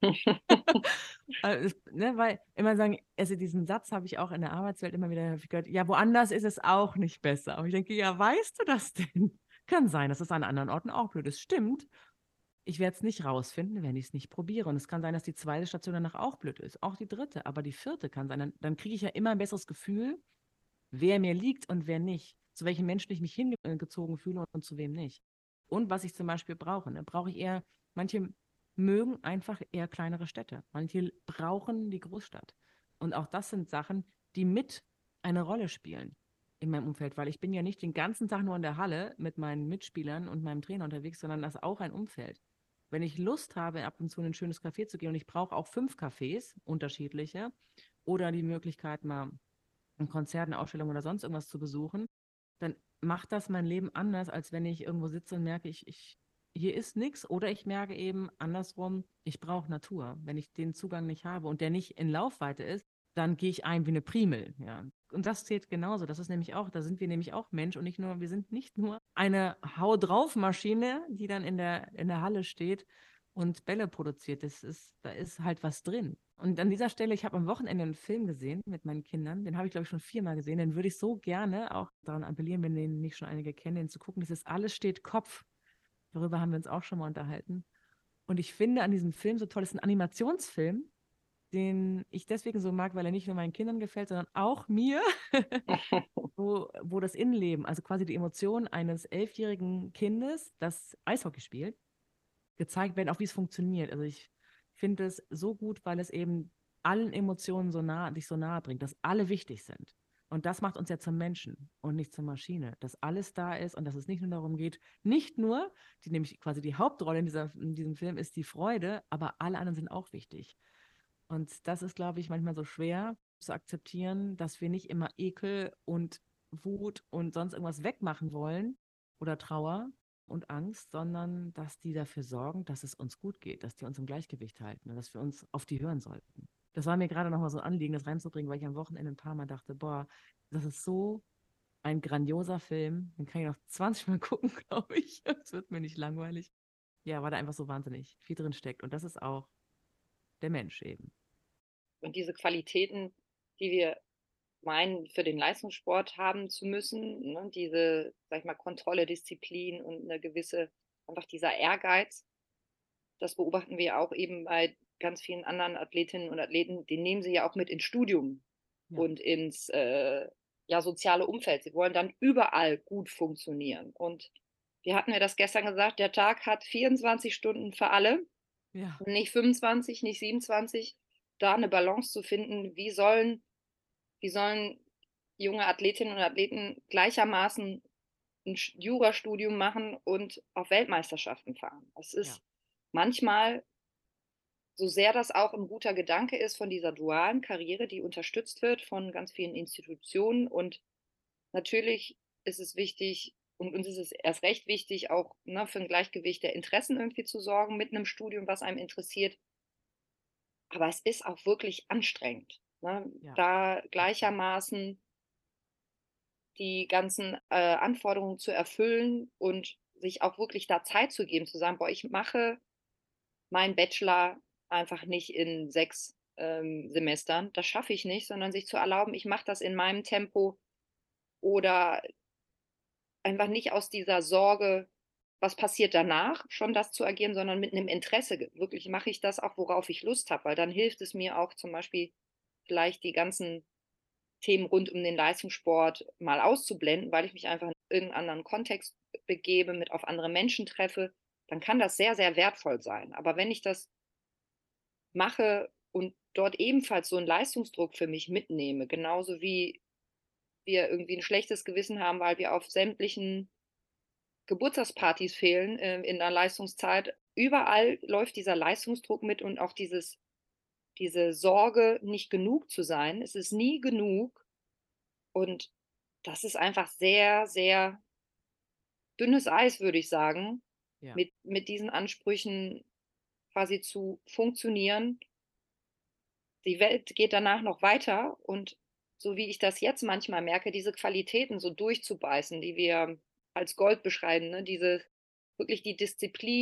Ne, weil immer sagen, also diesen Satz habe ich auch in der Arbeitswelt immer wieder häufig gehört, ja, woanders ist es auch nicht besser. Und ich denke, ja, weißt du das denn? Kann sein, dass es an anderen Orten auch blöd ist. Stimmt. Ich werde es nicht rausfinden, wenn ich es nicht probiere. Und es kann sein, dass die zweite Station danach auch blöd ist. Auch die dritte. Aber die vierte kann sein. Dann kriege ich ja immer ein besseres Gefühl, wer mir liegt und wer nicht. Zu welchen Menschen ich mich hingezogen fühle und zu wem nicht. Und was ich zum Beispiel brauche. Ne? Brauche ich eher, manche mögen einfach eher kleinere Städte. Manche brauchen die Großstadt. Und auch das sind Sachen, die mit eine Rolle spielen in meinem Umfeld, weil ich bin ja nicht den ganzen Tag nur in der Halle mit meinen Mitspielern und meinem Trainer unterwegs, sondern das ist auch ein Umfeld. Wenn ich Lust habe, ab und zu in ein schönes Café zu gehen und ich brauche auch 5 Cafés, unterschiedliche, oder die Möglichkeit, mal ein Konzert, eine Ausstellung oder sonst irgendwas zu besuchen, dann macht das mein Leben anders, als wenn ich irgendwo sitze und merke, hier ist nichts. Oder ich merke eben andersrum, ich brauche Natur. Wenn ich den Zugang nicht habe und der nicht in Laufweite ist, dann gehe ich ein wie eine Primel. Ja. Und das zählt genauso. Das ist nämlich auch, da sind wir nämlich auch Mensch und nicht nur, wir sind nicht nur eine Hau-drauf-Maschine, die dann in der Halle steht und Bälle produziert. Da ist halt was drin. Und an dieser Stelle, ich habe am Wochenende einen Film gesehen mit meinen Kindern. Den habe ich, glaube ich, schon 4-mal gesehen. Den würde ich so gerne auch daran appellieren, wenn den nicht schon einige kennen, den zu gucken. Das ist Alles steht Kopf. Darüber haben wir uns auch schon mal unterhalten. Und ich finde an diesem Film so toll, es ist ein Animationsfilm, den ich deswegen so mag, weil er nicht nur meinen Kindern gefällt, sondern auch mir, wo das Innenleben, also quasi die Emotionen eines 11-jährigen Kindes, das Eishockey spielt, gezeigt werden, auch wie es funktioniert. Also ich finde es so gut, weil es eben allen Emotionen dich so nahe bringt, dass alle wichtig sind. Und das macht uns ja zum Menschen und nicht zur Maschine, dass alles da ist und dass es nicht nur darum geht, nicht nur, die nämlich quasi die Hauptrolle in diesem Film ist die Freude, aber alle anderen sind auch wichtig. Und das ist, glaube ich, manchmal so schwer zu akzeptieren, dass wir nicht immer Ekel und Wut und sonst irgendwas wegmachen wollen oder Trauer und Angst, sondern dass die dafür sorgen, dass es uns gut geht, dass die uns im Gleichgewicht halten und dass wir uns auf die hören sollten. Das war mir gerade nochmal so ein Anliegen, das reinzubringen, weil ich am Wochenende ein paar Mal dachte, boah, das ist so ein grandioser Film. Den kann ich noch 20 Mal gucken, glaube ich. Es wird mir nicht langweilig. Ja, weil da einfach so wahnsinnig viel drin steckt. Und das ist auch der Mensch eben. Und diese Qualitäten, die wir meinen, für den Leistungssport haben zu müssen, ne, diese, sag ich mal, Kontrolle, Disziplin und eine gewisse, einfach dieser Ehrgeiz, das beobachten wir auch eben bei ganz vielen anderen Athletinnen und Athleten, den nehmen sie ja auch mit ins Studium Ja, und ins ja, soziale Umfeld. Sie wollen dann überall gut funktionieren. Und wir hatten ja das gestern gesagt, der Tag hat 24 Stunden für alle, ja, nicht 25, nicht 27. Da eine Balance zu finden, wie sollen junge Athletinnen und Athleten gleichermaßen ein Jurastudium machen und auf Weltmeisterschaften fahren. Das ja, ist manchmal, so sehr das auch ein guter Gedanke ist von dieser dualen Karriere, die unterstützt wird von ganz vielen Institutionen. Und natürlich ist es wichtig, und uns ist es erst recht wichtig, auch, ne, für ein Gleichgewicht der Interessen irgendwie zu sorgen mit einem Studium, was einem interessiert. Aber es ist auch wirklich anstrengend, ne, ja, da absolut. gleichermaßen die ganzen Anforderungen zu erfüllen und sich auch wirklich da Zeit zu geben, zu sagen, boah, ich mache meinen Bachelor einfach nicht in 6 Semestern, das schaffe ich nicht, sondern sich zu erlauben, ich mache das in meinem Tempo oder einfach nicht aus dieser Sorge, was passiert danach, schon das zu agieren, sondern mit einem Interesse. Wirklich mache ich das auch, worauf ich Lust habe, weil dann hilft es mir auch zum Beispiel vielleicht die ganzen Themen rund um den Leistungssport mal auszublenden, weil ich mich einfach in irgendeinen anderen Kontext begebe, mit auf andere Menschen treffe, dann kann das sehr, sehr wertvoll sein. Aber wenn ich das mache und dort ebenfalls so einen Leistungsdruck für mich mitnehme, genauso wie wir irgendwie ein schlechtes Gewissen haben, weil wir auf sämtlichen Geburtstagspartys fehlen, in der Leistungszeit. Überall läuft dieser Leistungsdruck mit und auch diese Sorge, nicht genug zu sein. Es ist nie genug und das ist einfach sehr, sehr dünnes Eis, würde ich sagen, Ja, mit diesen Ansprüchen quasi zu funktionieren. Die Welt geht danach noch weiter und so wie ich das jetzt manchmal merke, diese Qualitäten so durchzubeißen, die wir als Gold beschreiben, ne? Diese wirklich die Disziplin,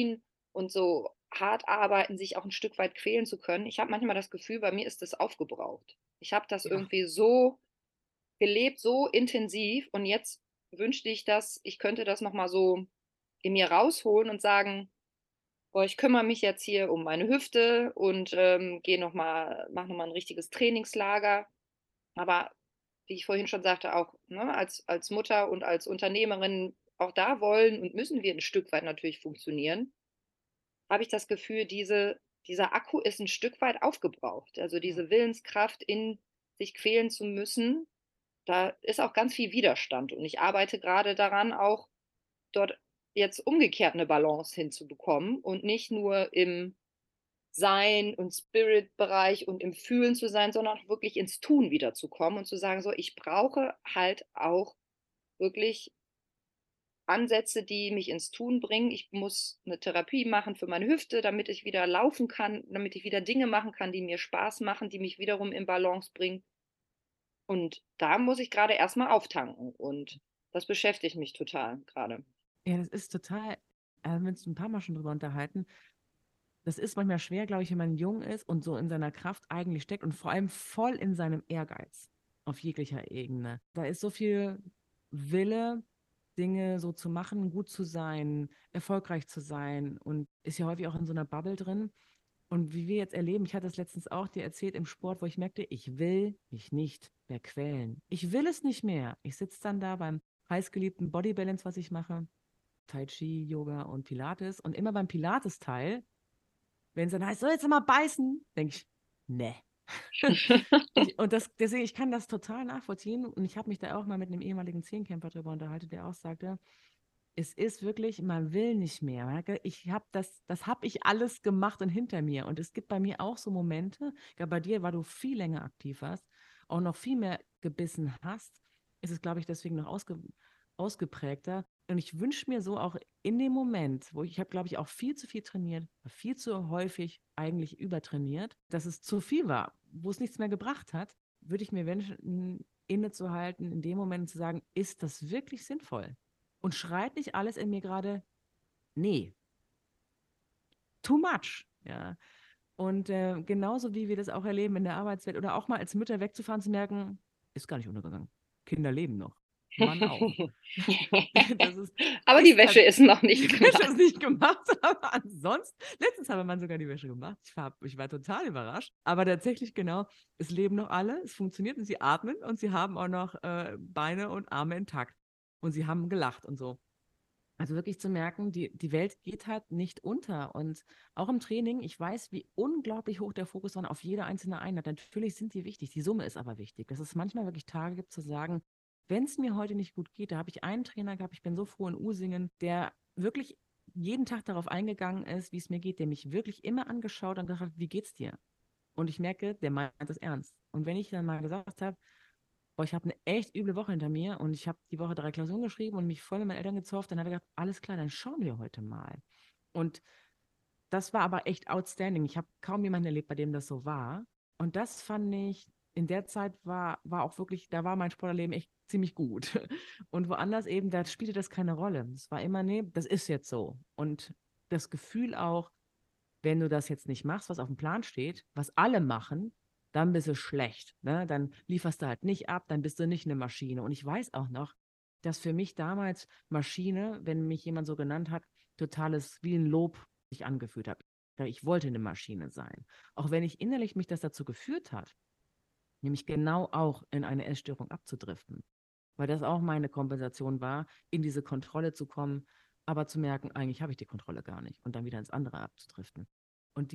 und so hart arbeiten, sich auch ein Stück weit quälen zu können. Ich habe manchmal das Gefühl, bei mir ist das aufgebraucht. Ich habe das Ja. irgendwie so gelebt, so intensiv, und jetzt wünschte ich ich könnte das noch mal so in mir rausholen und sagen: „Boah, ich kümmere mich jetzt hier um meine Hüfte und, gehe noch mal mache noch mal 'n richtiges Trainingslager.“ Aber wie ich vorhin schon sagte, auch, ne, als Mutter und als Unternehmerin, auch da wollen und müssen wir ein Stück weit natürlich funktionieren. Habe ich das Gefühl, dieser Akku ist ein Stück weit aufgebraucht. Also, Ja. diese Willenskraft, in sich quälen zu müssen, da ist auch ganz viel Widerstand. Und ich arbeite gerade daran, auch dort jetzt umgekehrt eine Balance hinzubekommen und nicht nur im Sein und Spirit-Bereich und im Fühlen zu sein, sondern auch wirklich ins Tun wiederzukommen und zu sagen: „So, ich brauche halt auch wirklich Ansätze, die mich ins Tun bringen. Ich muss eine Therapie machen für meine Hüfte, damit ich wieder laufen kann, damit ich wieder Dinge machen kann, die mir Spaß machen, die mich wiederum in Balance bringen.“ Und da muss ich gerade erst mal auftanken, und das beschäftigt mich total gerade. Ja, das ist total, haben wir uns ein paar Mal schon drüber unterhalten. Das ist manchmal schwer, glaube ich, wenn man jung ist und so in seiner Kraft eigentlich steckt und vor allem voll in seinem Ehrgeiz auf jeglicher Ebene. Da ist so viel Wille, Dinge so zu machen, gut zu sein, erfolgreich zu sein und ist ja häufig auch in so einer Bubble drin. Und wie wir jetzt erleben, ich hatte es letztens auch dir erzählt im Sport, wo ich merkte, ich will mich nicht mehr quälen. Ich will es nicht mehr. Ich sitze dann da beim heißgeliebten Body Balance, was ich mache, Tai Chi, Yoga und Pilates. Und immer beim Pilates-Teil, wenn es dann heißt, so jetzt mal beißen, denke ich, ne. Deswegen, ich kann das total nachvollziehen. Und ich habe mich da auch mal mit einem ehemaligen Zehnkämpfer drüber unterhalten, der auch sagte, es ist wirklich, man will nicht mehr. Ich habe das habe ich alles gemacht und hinter mir. Und es gibt bei mir auch so Momente, ja, bei dir, weil du viel länger aktiv warst, auch noch viel mehr gebissen hast, ist es, glaube ich, deswegen noch ausgeprägter. Und ich wünsche mir so auch in dem Moment, wo ich habe, glaube ich, auch viel zu viel trainiert, viel zu häufig eigentlich übertrainiert, dass es zu viel war, wo es nichts mehr gebracht hat, würde ich mir wünschen, innezuhalten, in dem Moment zu sagen, ist das wirklich sinnvoll? Und schreit nicht alles in mir gerade, nee, too much. Ja. Und genauso wie wir das auch erleben in der Arbeitswelt oder auch mal als Mütter wegzufahren, zu merken, ist gar nicht untergegangen. Kinder leben noch. Mann auch. Das Aber die ist Wäsche ist noch die nicht Wäsche gemacht. ist nicht gemacht, aber ansonsten, letztens hat mein Mann sogar die Wäsche gemacht. Ich war total überrascht. Aber tatsächlich genau, es leben noch alle, es funktioniert und sie atmen und sie haben auch noch Beine und Arme intakt. Und sie haben gelacht und so. Also wirklich zu merken, die Welt geht halt nicht unter. Und auch im Training, ich weiß, wie unglaublich hoch der Fokus war auf jede einzelne Einheit. Natürlich sind die wichtig, die Summe ist aber wichtig. Dass es manchmal wirklich Tage gibt zu sagen, wenn es mir heute nicht gut geht, da habe ich einen Trainer gehabt, ich bin so froh in Usingen, der wirklich jeden Tag darauf eingegangen ist, wie es mir geht, der mich wirklich immer angeschaut und gesagt hat, wie geht's dir? Und ich merke, der meint das ernst. Und wenn ich dann mal gesagt habe, boah, ich habe eine echt üble Woche hinter mir und ich habe die Woche 3 Klausuren geschrieben und mich voll mit meinen Eltern gezofft. Dann hat er gesagt, alles klar, dann schauen wir heute mal. Und das war aber echt outstanding. Ich habe kaum jemanden erlebt, bei dem das so war. Und das fand ich, in der Zeit war auch wirklich, da war mein Sportlerleben echt ziemlich gut. Und woanders eben, da spielte das keine Rolle. Es war immer, nee, das ist jetzt so. Und das Gefühl auch, wenn du das jetzt nicht machst, was auf dem Plan steht, was alle machen, dann bist du schlecht. Ne? Dann lieferst du halt nicht ab, dann bist du nicht eine Maschine. Und ich weiß auch noch, dass für mich damals Maschine, wenn mich jemand so genannt hat, totales wie ein Lob sich angefühlt hat. Ich wollte eine Maschine sein. Auch wenn ich innerlich mich das dazu geführt hat, nämlich genau auch in eine Essstörung abzudriften. Weil das auch meine Kompensation war, in diese Kontrolle zu kommen, aber zu merken, eigentlich habe ich die Kontrolle gar nicht und dann wieder ins andere abzudriften. Und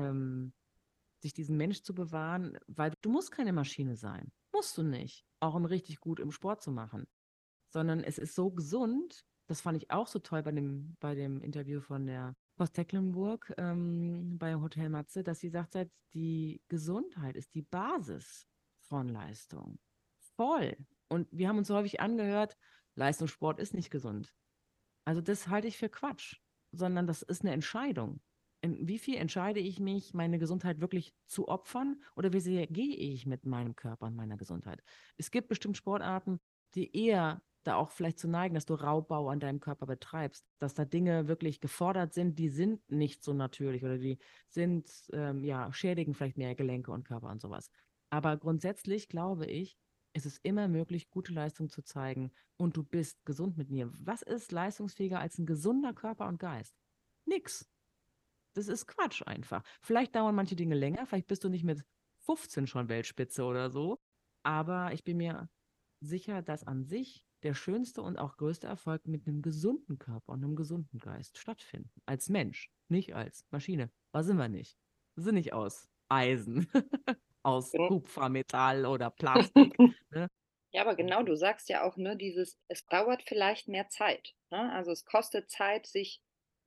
sich diesen Mensch zu bewahren, weil du musst keine Maschine sein. Musst du nicht. Auch um richtig gut im Sport zu machen. Sondern es ist so gesund, das fand ich auch so toll bei dem Interview von der Post Tecklenburg bei Hotel Matze, dass sie sagt, halt, die Gesundheit ist die Basis von Leistung. Voll. Und wir haben uns so häufig angehört, Leistungssport ist nicht gesund. Also das halte ich für Quatsch, sondern das ist eine Entscheidung. In wie viel entscheide ich mich, meine Gesundheit wirklich zu opfern oder wie sehr gehe ich mit meinem Körper und meiner Gesundheit? Es gibt bestimmt Sportarten, die eher da auch vielleicht zu neigen, dass du Raubbau an deinem Körper betreibst, dass da Dinge wirklich gefordert sind, die sind nicht so natürlich oder die sind, ja, schädigen vielleicht mehr Gelenke und Körper und sowas. Aber grundsätzlich glaube ich, ist es immer möglich, gute Leistung zu zeigen und du bist gesund mit mir. Was ist leistungsfähiger als ein gesunder Körper und Geist? Nix. Das ist Quatsch einfach. Vielleicht dauern manche Dinge länger, vielleicht bist du nicht mit 15 schon Weltspitze oder so, aber ich bin mir sicher, dass an sich der schönste und auch größte Erfolg mit einem gesunden Körper und einem gesunden Geist stattfinden. Als Mensch, nicht als Maschine. Was sind wir nicht? Wir sind nicht aus Eisen, aus Gen Kupfer, Metall oder Plastik. Ne? Ja, aber genau, du sagst ja auch, ne, dieses es dauert vielleicht mehr Zeit, ne? Also, es kostet Zeit, sich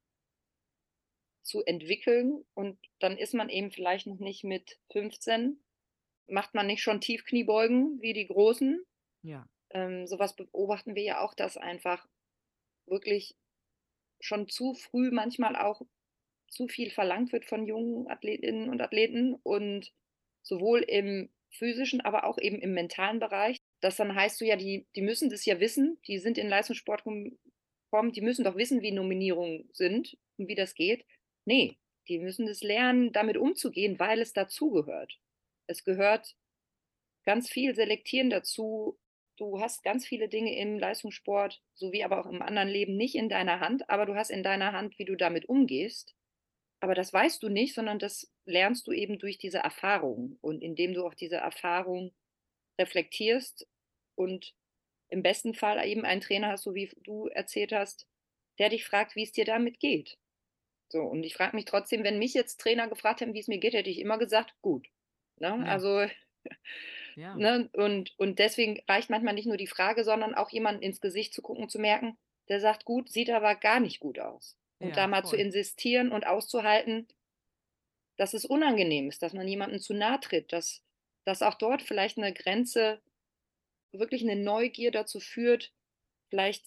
zu entwickeln und dann ist man eben vielleicht noch nicht mit 15, macht man nicht schon Tiefkniebeugen wie die Großen. Ja, So beobachten wir ja auch, dass einfach wirklich schon zu früh manchmal auch zu viel verlangt wird von jungen Athletinnen und Athleten und sowohl im physischen, aber auch eben im mentalen Bereich, dass dann heißt so, ja, die müssen das ja wissen, die sind in Leistungssport gekommen, die müssen doch wissen, wie Nominierungen sind und wie das geht. Ne, die müssen das lernen, damit umzugehen, weil es dazugehört. Es gehört ganz viel Selektieren dazu. Du hast ganz viele Dinge im Leistungssport sowie aber auch im anderen Leben nicht in deiner Hand, aber du hast in deiner Hand, wie du damit umgehst. Aber das weißt du nicht, sondern das lernst du eben durch diese Erfahrung und indem du auch diese Erfahrung reflektierst und im besten Fall eben einen Trainer hast, so wie du erzählt hast, der dich fragt, wie es dir damit geht. So, und ich frage mich trotzdem, wenn mich jetzt Trainer gefragt hätten, wie es mir geht, hätte ich immer gesagt: „Gut.“ Ne? ja, Also, ja, ne, und deswegen reicht manchmal nicht nur die Frage, sondern auch jemandem ins Gesicht zu gucken und zu merken, der sagt: „Gut, sieht aber gar nicht gut aus.“ Und ja, da mal zu voll. insistieren und auszuhalten, dass es unangenehm ist, dass man jemandem zu nahe tritt, dass auch dort vielleicht eine Grenze, wirklich eine Neugier dazu führt, vielleicht,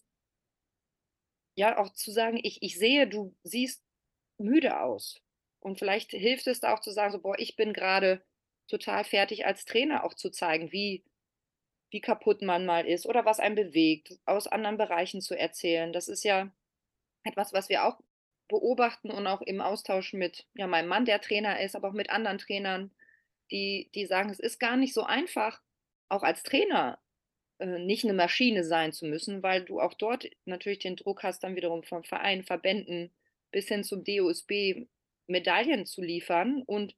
ja, auch zu sagen: „Ich sehe, du siehst müde aus.“ Und vielleicht hilft es da auch zu sagen so: „Boah, ich bin gerade total fertig“, als Trainer auch zu zeigen, wie kaputt man mal ist oder was einen bewegt, aus anderen Bereichen zu erzählen. Das ist ja etwas, was wir auch beobachten und auch im Austausch mit, ja, meinem Mann, der Trainer ist, aber auch mit anderen Trainern, die sagen, es ist gar nicht so einfach, auch als Trainer, nicht eine Maschine sein zu müssen, weil du auch dort natürlich den Druck hast, dann wiederum vom Verein, Verbänden bis hin zum DOSB Medaillen zu liefern und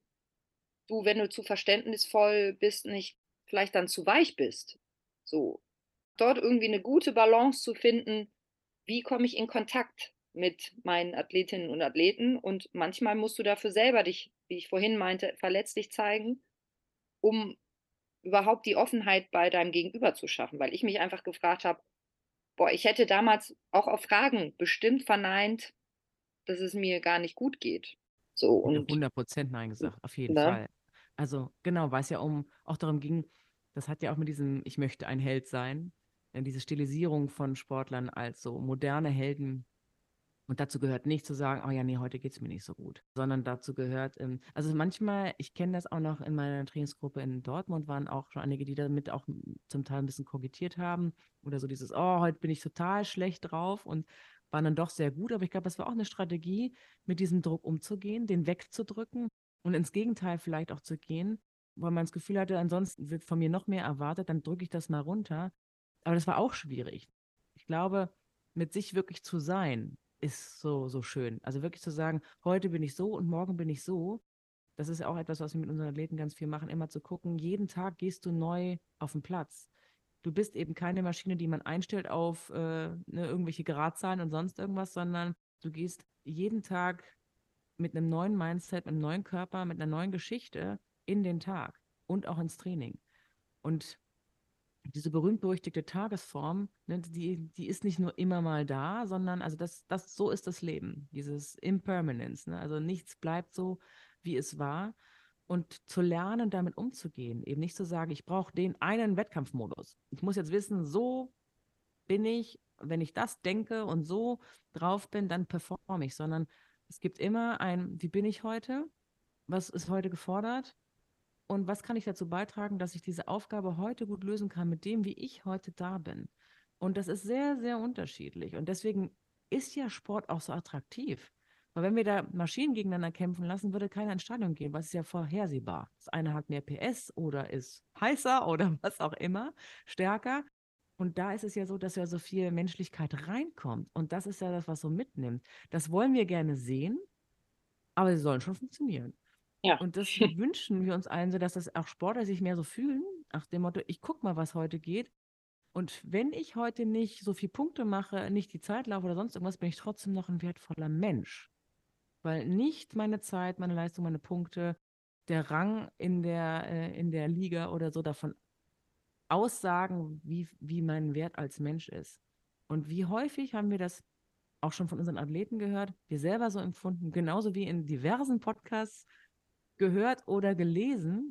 du, wenn du zu verständnisvoll bist, nicht vielleicht dann zu weich bist. So. Dort irgendwie eine gute Balance zu finden, wie komme ich in Kontakt mit meinen Athletinnen und Athleten? Und manchmal musst du dafür selber dich, wie ich vorhin meinte, verletzlich zeigen, um überhaupt die Offenheit bei deinem Gegenüber zu schaffen, weil ich mich einfach gefragt habe: „Boah, ich hätte damals auch auf Fragen bestimmt verneint, dass es mir gar nicht gut geht.“ So Ich hätte und 100% Nein gesagt, auf jeden ne? Fall. Also genau, weil es ja auch darum ging, das hat ja auch mit diesem „Ich möchte ein Held sein“, diese Stilisierung von Sportlern als so moderne Helden. Und dazu gehört nicht zu sagen, oh ja, nee, heute geht es mir nicht so gut, sondern dazu gehört, also manchmal, ich kenne das auch noch in meiner Trainingsgruppe in Dortmund, waren auch schon einige, die damit auch zum Teil ein bisschen kokettiert haben oder so dieses, oh, heute bin ich total schlecht drauf und waren dann doch sehr gut. Aber ich glaube, das war auch eine Strategie, mit diesem Druck umzugehen, den wegzudrücken und ins Gegenteil vielleicht auch zu gehen, weil man das Gefühl hatte, ansonsten wird von mir noch mehr erwartet, dann drücke ich das mal runter. Aber das war auch schwierig. Ich glaube, mit sich wirklich zu sein, ist so, so schön. Also wirklich zu sagen, heute bin ich so und morgen bin ich so. Das ist ja auch etwas, was wir mit unseren Athleten ganz viel machen, immer zu gucken, jeden Tag gehst du neu auf den Platz. Du bist eben keine Maschine, die man einstellt auf irgendwelche Gradzahlen und sonst irgendwas, sondern du gehst jeden Tag mit einem neuen Mindset, mit einem neuen Körper, mit einer neuen Geschichte in den Tag und auch ins Training. Und diese berühmt-berüchtigte Tagesform, ne, die ist nicht nur immer mal da, sondern also so ist das Leben, dieses Impermanence, ne? Also nichts bleibt so, wie es war. Und zu lernen, damit umzugehen, eben nicht zu sagen, ich brauche den einen Wettkampfmodus. Ich muss jetzt wissen, so bin ich, wenn ich das denke und so drauf bin, dann performe ich, sondern es gibt immer ein, wie bin ich heute? Was ist heute gefordert? Und was kann ich dazu beitragen, dass ich diese Aufgabe heute gut lösen kann mit dem, wie ich heute da bin? Und das ist sehr, sehr unterschiedlich. Und deswegen ist ja Sport auch so attraktiv. Weil wenn wir da Maschinen gegeneinander kämpfen lassen, würde keiner ins Stadion gehen, was ist ja vorhersehbar. Das eine hat mehr PS oder ist heißer oder was auch immer, stärker. Und da ist es ja so, dass ja so viel Menschlichkeit reinkommt. Und das ist ja das, was so mitnimmt. Das wollen wir gerne sehen, aber sie sollen schon funktionieren. Ja, Und das wünschen wir uns allen so, dass das auch Sportler sich mehr so fühlen, nach dem Motto, ich guck mal, was heute geht. Und wenn ich heute nicht so viel Punkte mache, nicht die Zeit laufe oder sonst irgendwas, bin ich trotzdem noch ein wertvoller Mensch. Weil nicht meine Zeit, meine Leistung, meine Punkte, der Rang in der Liga oder so davon aussagen, wie mein Wert als Mensch ist. Und wie häufig haben wir das auch schon von unseren Athleten gehört, wir selber so empfunden, genauso wie in diversen Podcasts gehört oder gelesen,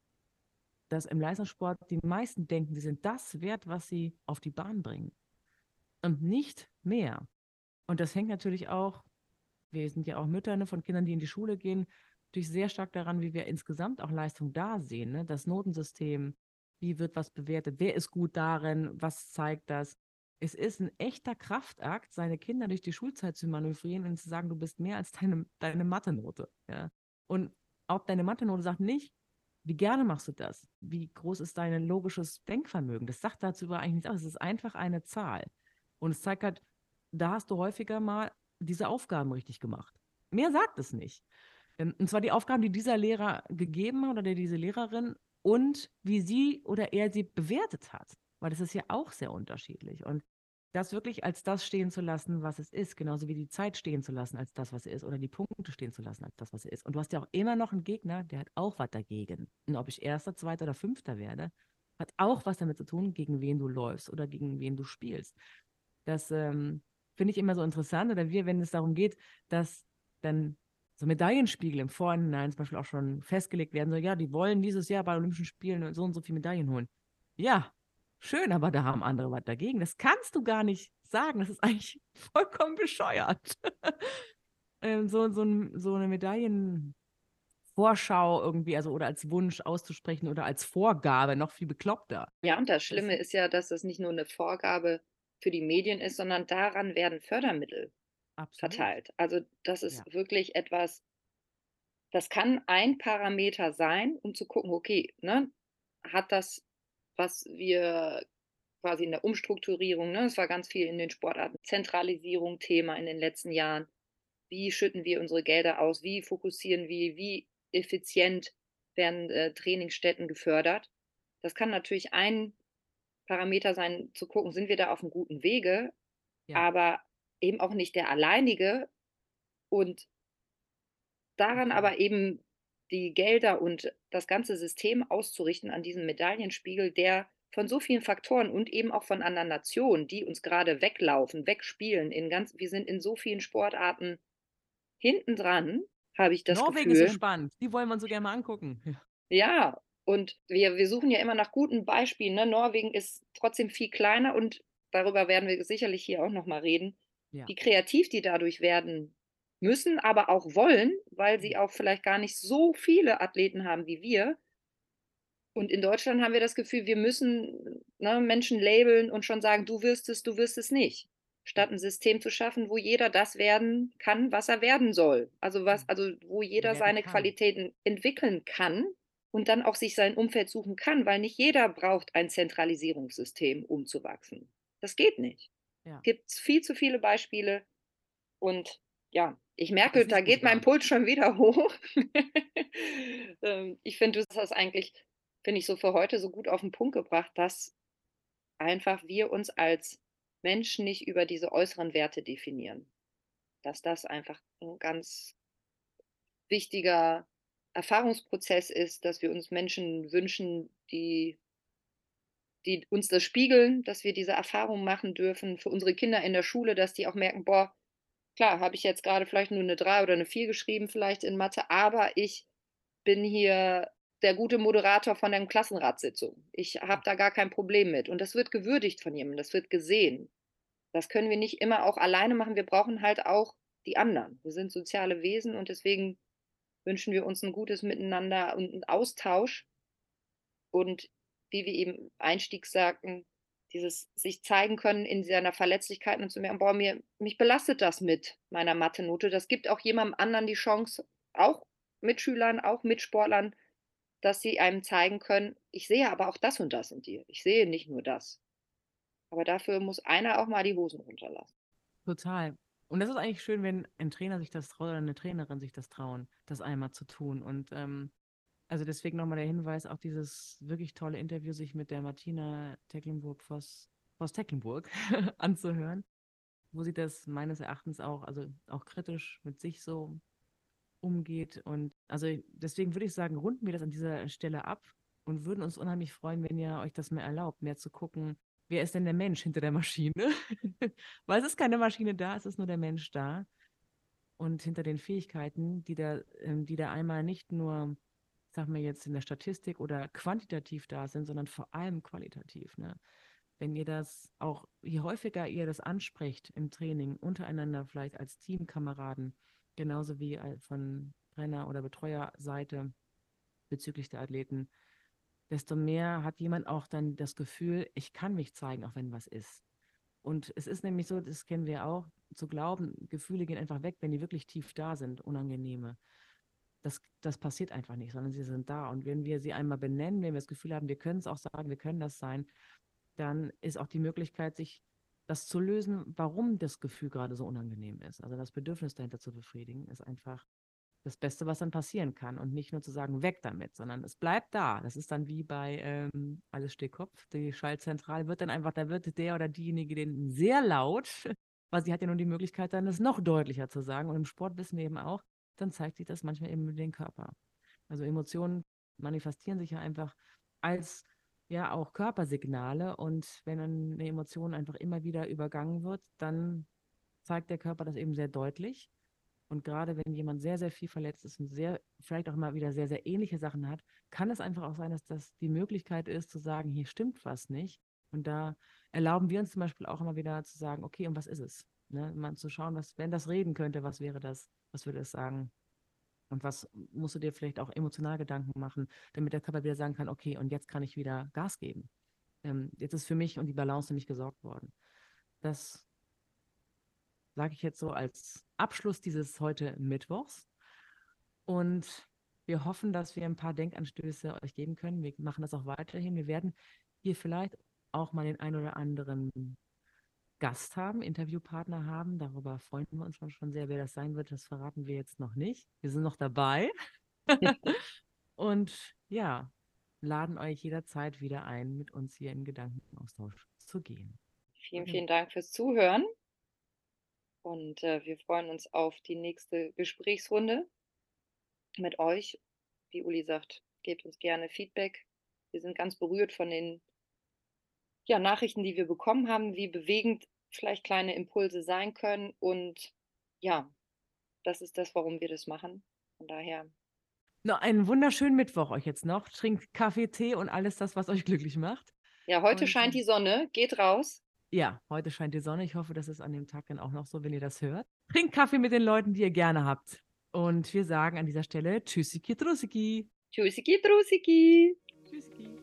dass im Leistungssport die meisten denken, sie sind das wert, was sie auf die Bahn bringen und nicht mehr. Und das hängt natürlich auch, wir sind ja auch Mütter, ne, von Kindern, die in die Schule gehen, natürlich sehr stark daran, wie wir insgesamt auch Leistung da sehen. Ne? Das Notensystem, wie wird was bewertet, wer ist gut darin, was zeigt das. Es ist ein echter Kraftakt, seine Kinder durch die Schulzeit zu manövrieren und zu sagen, du bist mehr als deine Mathe-Note. Ja? Und auch deine Mathe-Note sagt nicht, wie gerne machst du das? Wie groß ist dein logisches Denkvermögen? Das sagt dazu aber eigentlich nichts aus. Es ist einfach eine Zahl. Und es zeigt halt, da hast du häufiger mal diese Aufgaben richtig gemacht. Mehr sagt es nicht. Und zwar die Aufgaben, die dieser Lehrer gegeben hat oder diese Lehrerin und wie sie oder er sie bewertet hat. Weil das ist ja auch sehr unterschiedlich. Und das wirklich als das stehen zu lassen, was es ist, genauso wie die Zeit stehen zu lassen als das, was es ist, oder die Punkte stehen zu lassen als das, was es ist. Und du hast ja auch immer noch einen Gegner, der hat auch was dagegen. Und ob ich Erster, Zweiter oder Fünfter werde, hat auch was damit zu tun, gegen wen du läufst oder gegen wen du spielst. Das finde ich immer so interessant. Oder wir, wenn es darum geht, dass dann so Medaillenspiegel im Vorhinein zum Beispiel auch schon festgelegt werden, so ja, die wollen dieses Jahr bei Olympischen Spielen so und so viele Medaillen holen. Ja, schön, aber da haben andere was dagegen. Das kannst du gar nicht sagen. Das ist eigentlich vollkommen bescheuert. So eine Medaillenvorschau irgendwie, also oder als Wunsch auszusprechen oder als Vorgabe, noch viel bekloppter. ja, und das Das, Schlimme ist ja, dass das nicht nur eine Vorgabe für die Medien ist, sondern daran werden Fördermittel absolut. verteilt. Also, das Ja, ist wirklich etwas, das kann ein Parameter sein, um zu gucken, okay, ne, hat das, was wir quasi in der Umstrukturierung, ne, es war ganz viel in den Sportarten, Zentralisierung Thema in den letzten Jahren. Wie schütten wir unsere Gelder aus? Wie fokussieren wir? Wie effizient werden Trainingsstätten gefördert? Das kann natürlich ein Parameter sein, zu gucken, sind wir da auf einem guten Wege, ja, aber eben auch nicht der alleinige. Und daran absolut. aber eben die Gelder und das ganze System auszurichten an diesem Medaillenspiegel, der von so vielen Faktoren und eben auch von anderen Nationen, die uns gerade weglaufen, wegspielen, wir sind in so vielen Sportarten hinten dran, habe ich das Norwegen ist so Gefühl. spannend. Die wollen wir uns so gerne mal angucken. Ja. Ja, und wir suchen ja immer nach guten Beispielen, ne? Norwegen ist trotzdem viel kleiner und darüber werden wir sicherlich hier auch noch mal reden, Ja. wie kreativ die dadurch werden müssen, aber auch wollen, weil Ja. sie auch vielleicht gar nicht so viele Athleten haben wie wir. Und in Deutschland haben wir das Gefühl, wir müssen, ne, Menschen labeln und schon sagen: du wirst es nicht.“ Ja. Statt ein System zu schaffen, wo jeder das werden kann, was er werden soll. Ja. Also, wo Oder jeder werden seine kann. Qualitäten entwickeln kann und dann auch sich sein Umfeld suchen kann, weil nicht jeder braucht ein Zentralisierungssystem, um zu wachsen. Das geht nicht. Ja. Gibt's viel zu viele Beispiele und ja, ich Die es merke, da nicht gut geht mein waren. Puls schon wieder hoch. Ich finde, du hast das eigentlich, finde ich, so für heute so gut auf den Punkt gebracht, dass einfach wir uns als Menschen nicht über diese äußeren Werte definieren. Dass das einfach ein ganz wichtiger Erfahrungsprozess ist, dass wir uns Menschen wünschen, die uns das spiegeln, dass wir diese Erfahrung machen dürfen für unsere Kinder in der Schule, dass die auch merken: „Boah, klar, habe ich jetzt gerade vielleicht nur eine 3 oder eine 4 geschrieben vielleicht in Mathe, aber ich bin hier der gute Moderator von der Klassenratssitzung. Ich habe Ja. da gar kein Problem mit.“ Und das wird gewürdigt von jemandem, das wird gesehen. Das können wir nicht immer auch alleine machen. Wir brauchen halt auch die anderen. Wir sind soziale Wesen und deswegen wünschen wir uns ein gutes Miteinander und 'n Austausch und wie wir eben einstiegs sagten, Dieses sich zeigen können in seiner Verletzlichkeit und zu merken: „Boah, mich belastet das mit meiner Mathe-Note.“ Das gibt auch jemandem anderen die Chance, auch Mitschülern, auch Mitsportlern, dass sie einem zeigen können: „Ich sehe aber auch das und das in dir. Ich sehe nicht nur das.“ Aber dafür muss einer auch mal die Hosen runterlassen. Total. Und das ist eigentlich schön, wenn ein Trainer sich das traut oder eine Trainerin sich das trauen, das einmal zu tun. Und also deswegen nochmal der Hinweis, auch dieses wirklich tolle Interview sich mit der Martina Tecklenburg anzuhören, wo sie das meines Erachtens auch, also auch kritisch mit sich so umgeht. Und also deswegen würde ich sagen, runden wir das an dieser Stelle ab und würden uns unheimlich freuen, wenn ihr euch das mehr erlaubt, mehr zu gucken, wer ist denn der Mensch hinter der Maschine? Weil es ist keine Maschine da, es ist nur der Mensch da. Und hinter den Fähigkeiten, die da einmal nicht nur, sagen wir jetzt, in der Statistik oder quantitativ da sind, sondern vor allem qualitativ. Ne? Wenn ihr das auch, je häufiger ihr das ansprecht im Training, untereinander vielleicht als Teamkameraden, genauso wie von Trainer- oder Betreuerseite bezüglich der Athleten, desto mehr hat jemand auch dann das Gefühl, ich kann mich zeigen, auch wenn was ist. Und es ist nämlich so, das kennen wir auch, zu glauben, Gefühle gehen einfach weg, wenn die wirklich tief da sind, unangenehme. Das passiert einfach nicht, sondern sie sind da. Und wenn wir sie einmal benennen, wenn wir das Gefühl haben, wir können es auch sagen, wir können das sein, dann ist auch die Möglichkeit, sich das zu lösen, warum das Gefühl gerade so unangenehm ist. Also das Bedürfnis dahinter zu befriedigen, ist einfach das Beste, was dann passieren kann. Und nicht nur zu sagen, weg damit, sondern es bleibt da. Das ist dann wie bei Alles steht Kopf. Die Schaltzentrale wird dann einfach, da wird der oder diejenige den sehr laut, weil sie hat ja nun die Möglichkeit, dann es noch deutlicher zu sagen. Und im Sport wissen wir eben auch, dann zeigt sich das manchmal eben mit dem Körper. Also Emotionen manifestieren sich ja einfach als ja auch Körpersignale. Und wenn eine Emotion einfach immer wieder übergangen wird, dann zeigt der Körper das eben sehr deutlich. Und gerade wenn jemand sehr, sehr viel verletzt ist und sehr, vielleicht auch mal wieder sehr, sehr ähnliche Sachen hat, kann es einfach auch sein, dass das die Möglichkeit ist, zu sagen, hier stimmt was nicht. Und da erlauben wir uns zum Beispiel auch immer wieder zu sagen, okay, und was ist es? Ne? Mal zu schauen, was, wenn das reden könnte, was wäre das? Was würde es sagen? Und was musst du dir vielleicht auch emotional Gedanken machen, damit der Körper wieder sagen kann, okay, und jetzt kann ich wieder Gas geben. Jetzt ist für mich und die Balance nämlich gesorgt worden. Das sage ich jetzt so als Abschluss dieses heute Mittwochs. Und wir hoffen, dass wir ein paar Denkanstöße euch geben können. Wir machen das auch weiterhin. Wir werden hier vielleicht auch mal den ein oder anderen Gast haben, Interviewpartner haben. Darüber freuen wir uns schon sehr. Wer das sein wird, das verraten wir jetzt noch nicht. Wir sind noch dabei. Und ja, laden euch jederzeit wieder ein, mit uns hier in Gedankenaustausch zu gehen. Vielen, vielen Dank fürs Zuhören und, wir freuen uns auf die nächste Gesprächsrunde mit euch. Wie Uli sagt, gebt uns gerne Feedback. Wir sind ganz berührt von den, ja, Nachrichten, die wir bekommen haben, wie bewegend vielleicht kleine Impulse sein können. Und ja, das ist das, warum wir das machen. Von daher, Noch einen wunderschönen Mittwoch euch jetzt noch. Trinkt Kaffee, Tee und alles das, was euch glücklich macht. ja, heute Und scheint die Sonne, geht raus. ja, heute scheint die Sonne. Ich hoffe, das ist an dem Tag dann auch noch so, wenn ihr das hört. Trinkt Kaffee mit den Leuten, die ihr gerne habt. Und wir sagen an dieser Stelle Tschüssiki, Trussiki. Tschüssiki, Trussiki. Tschüssiki.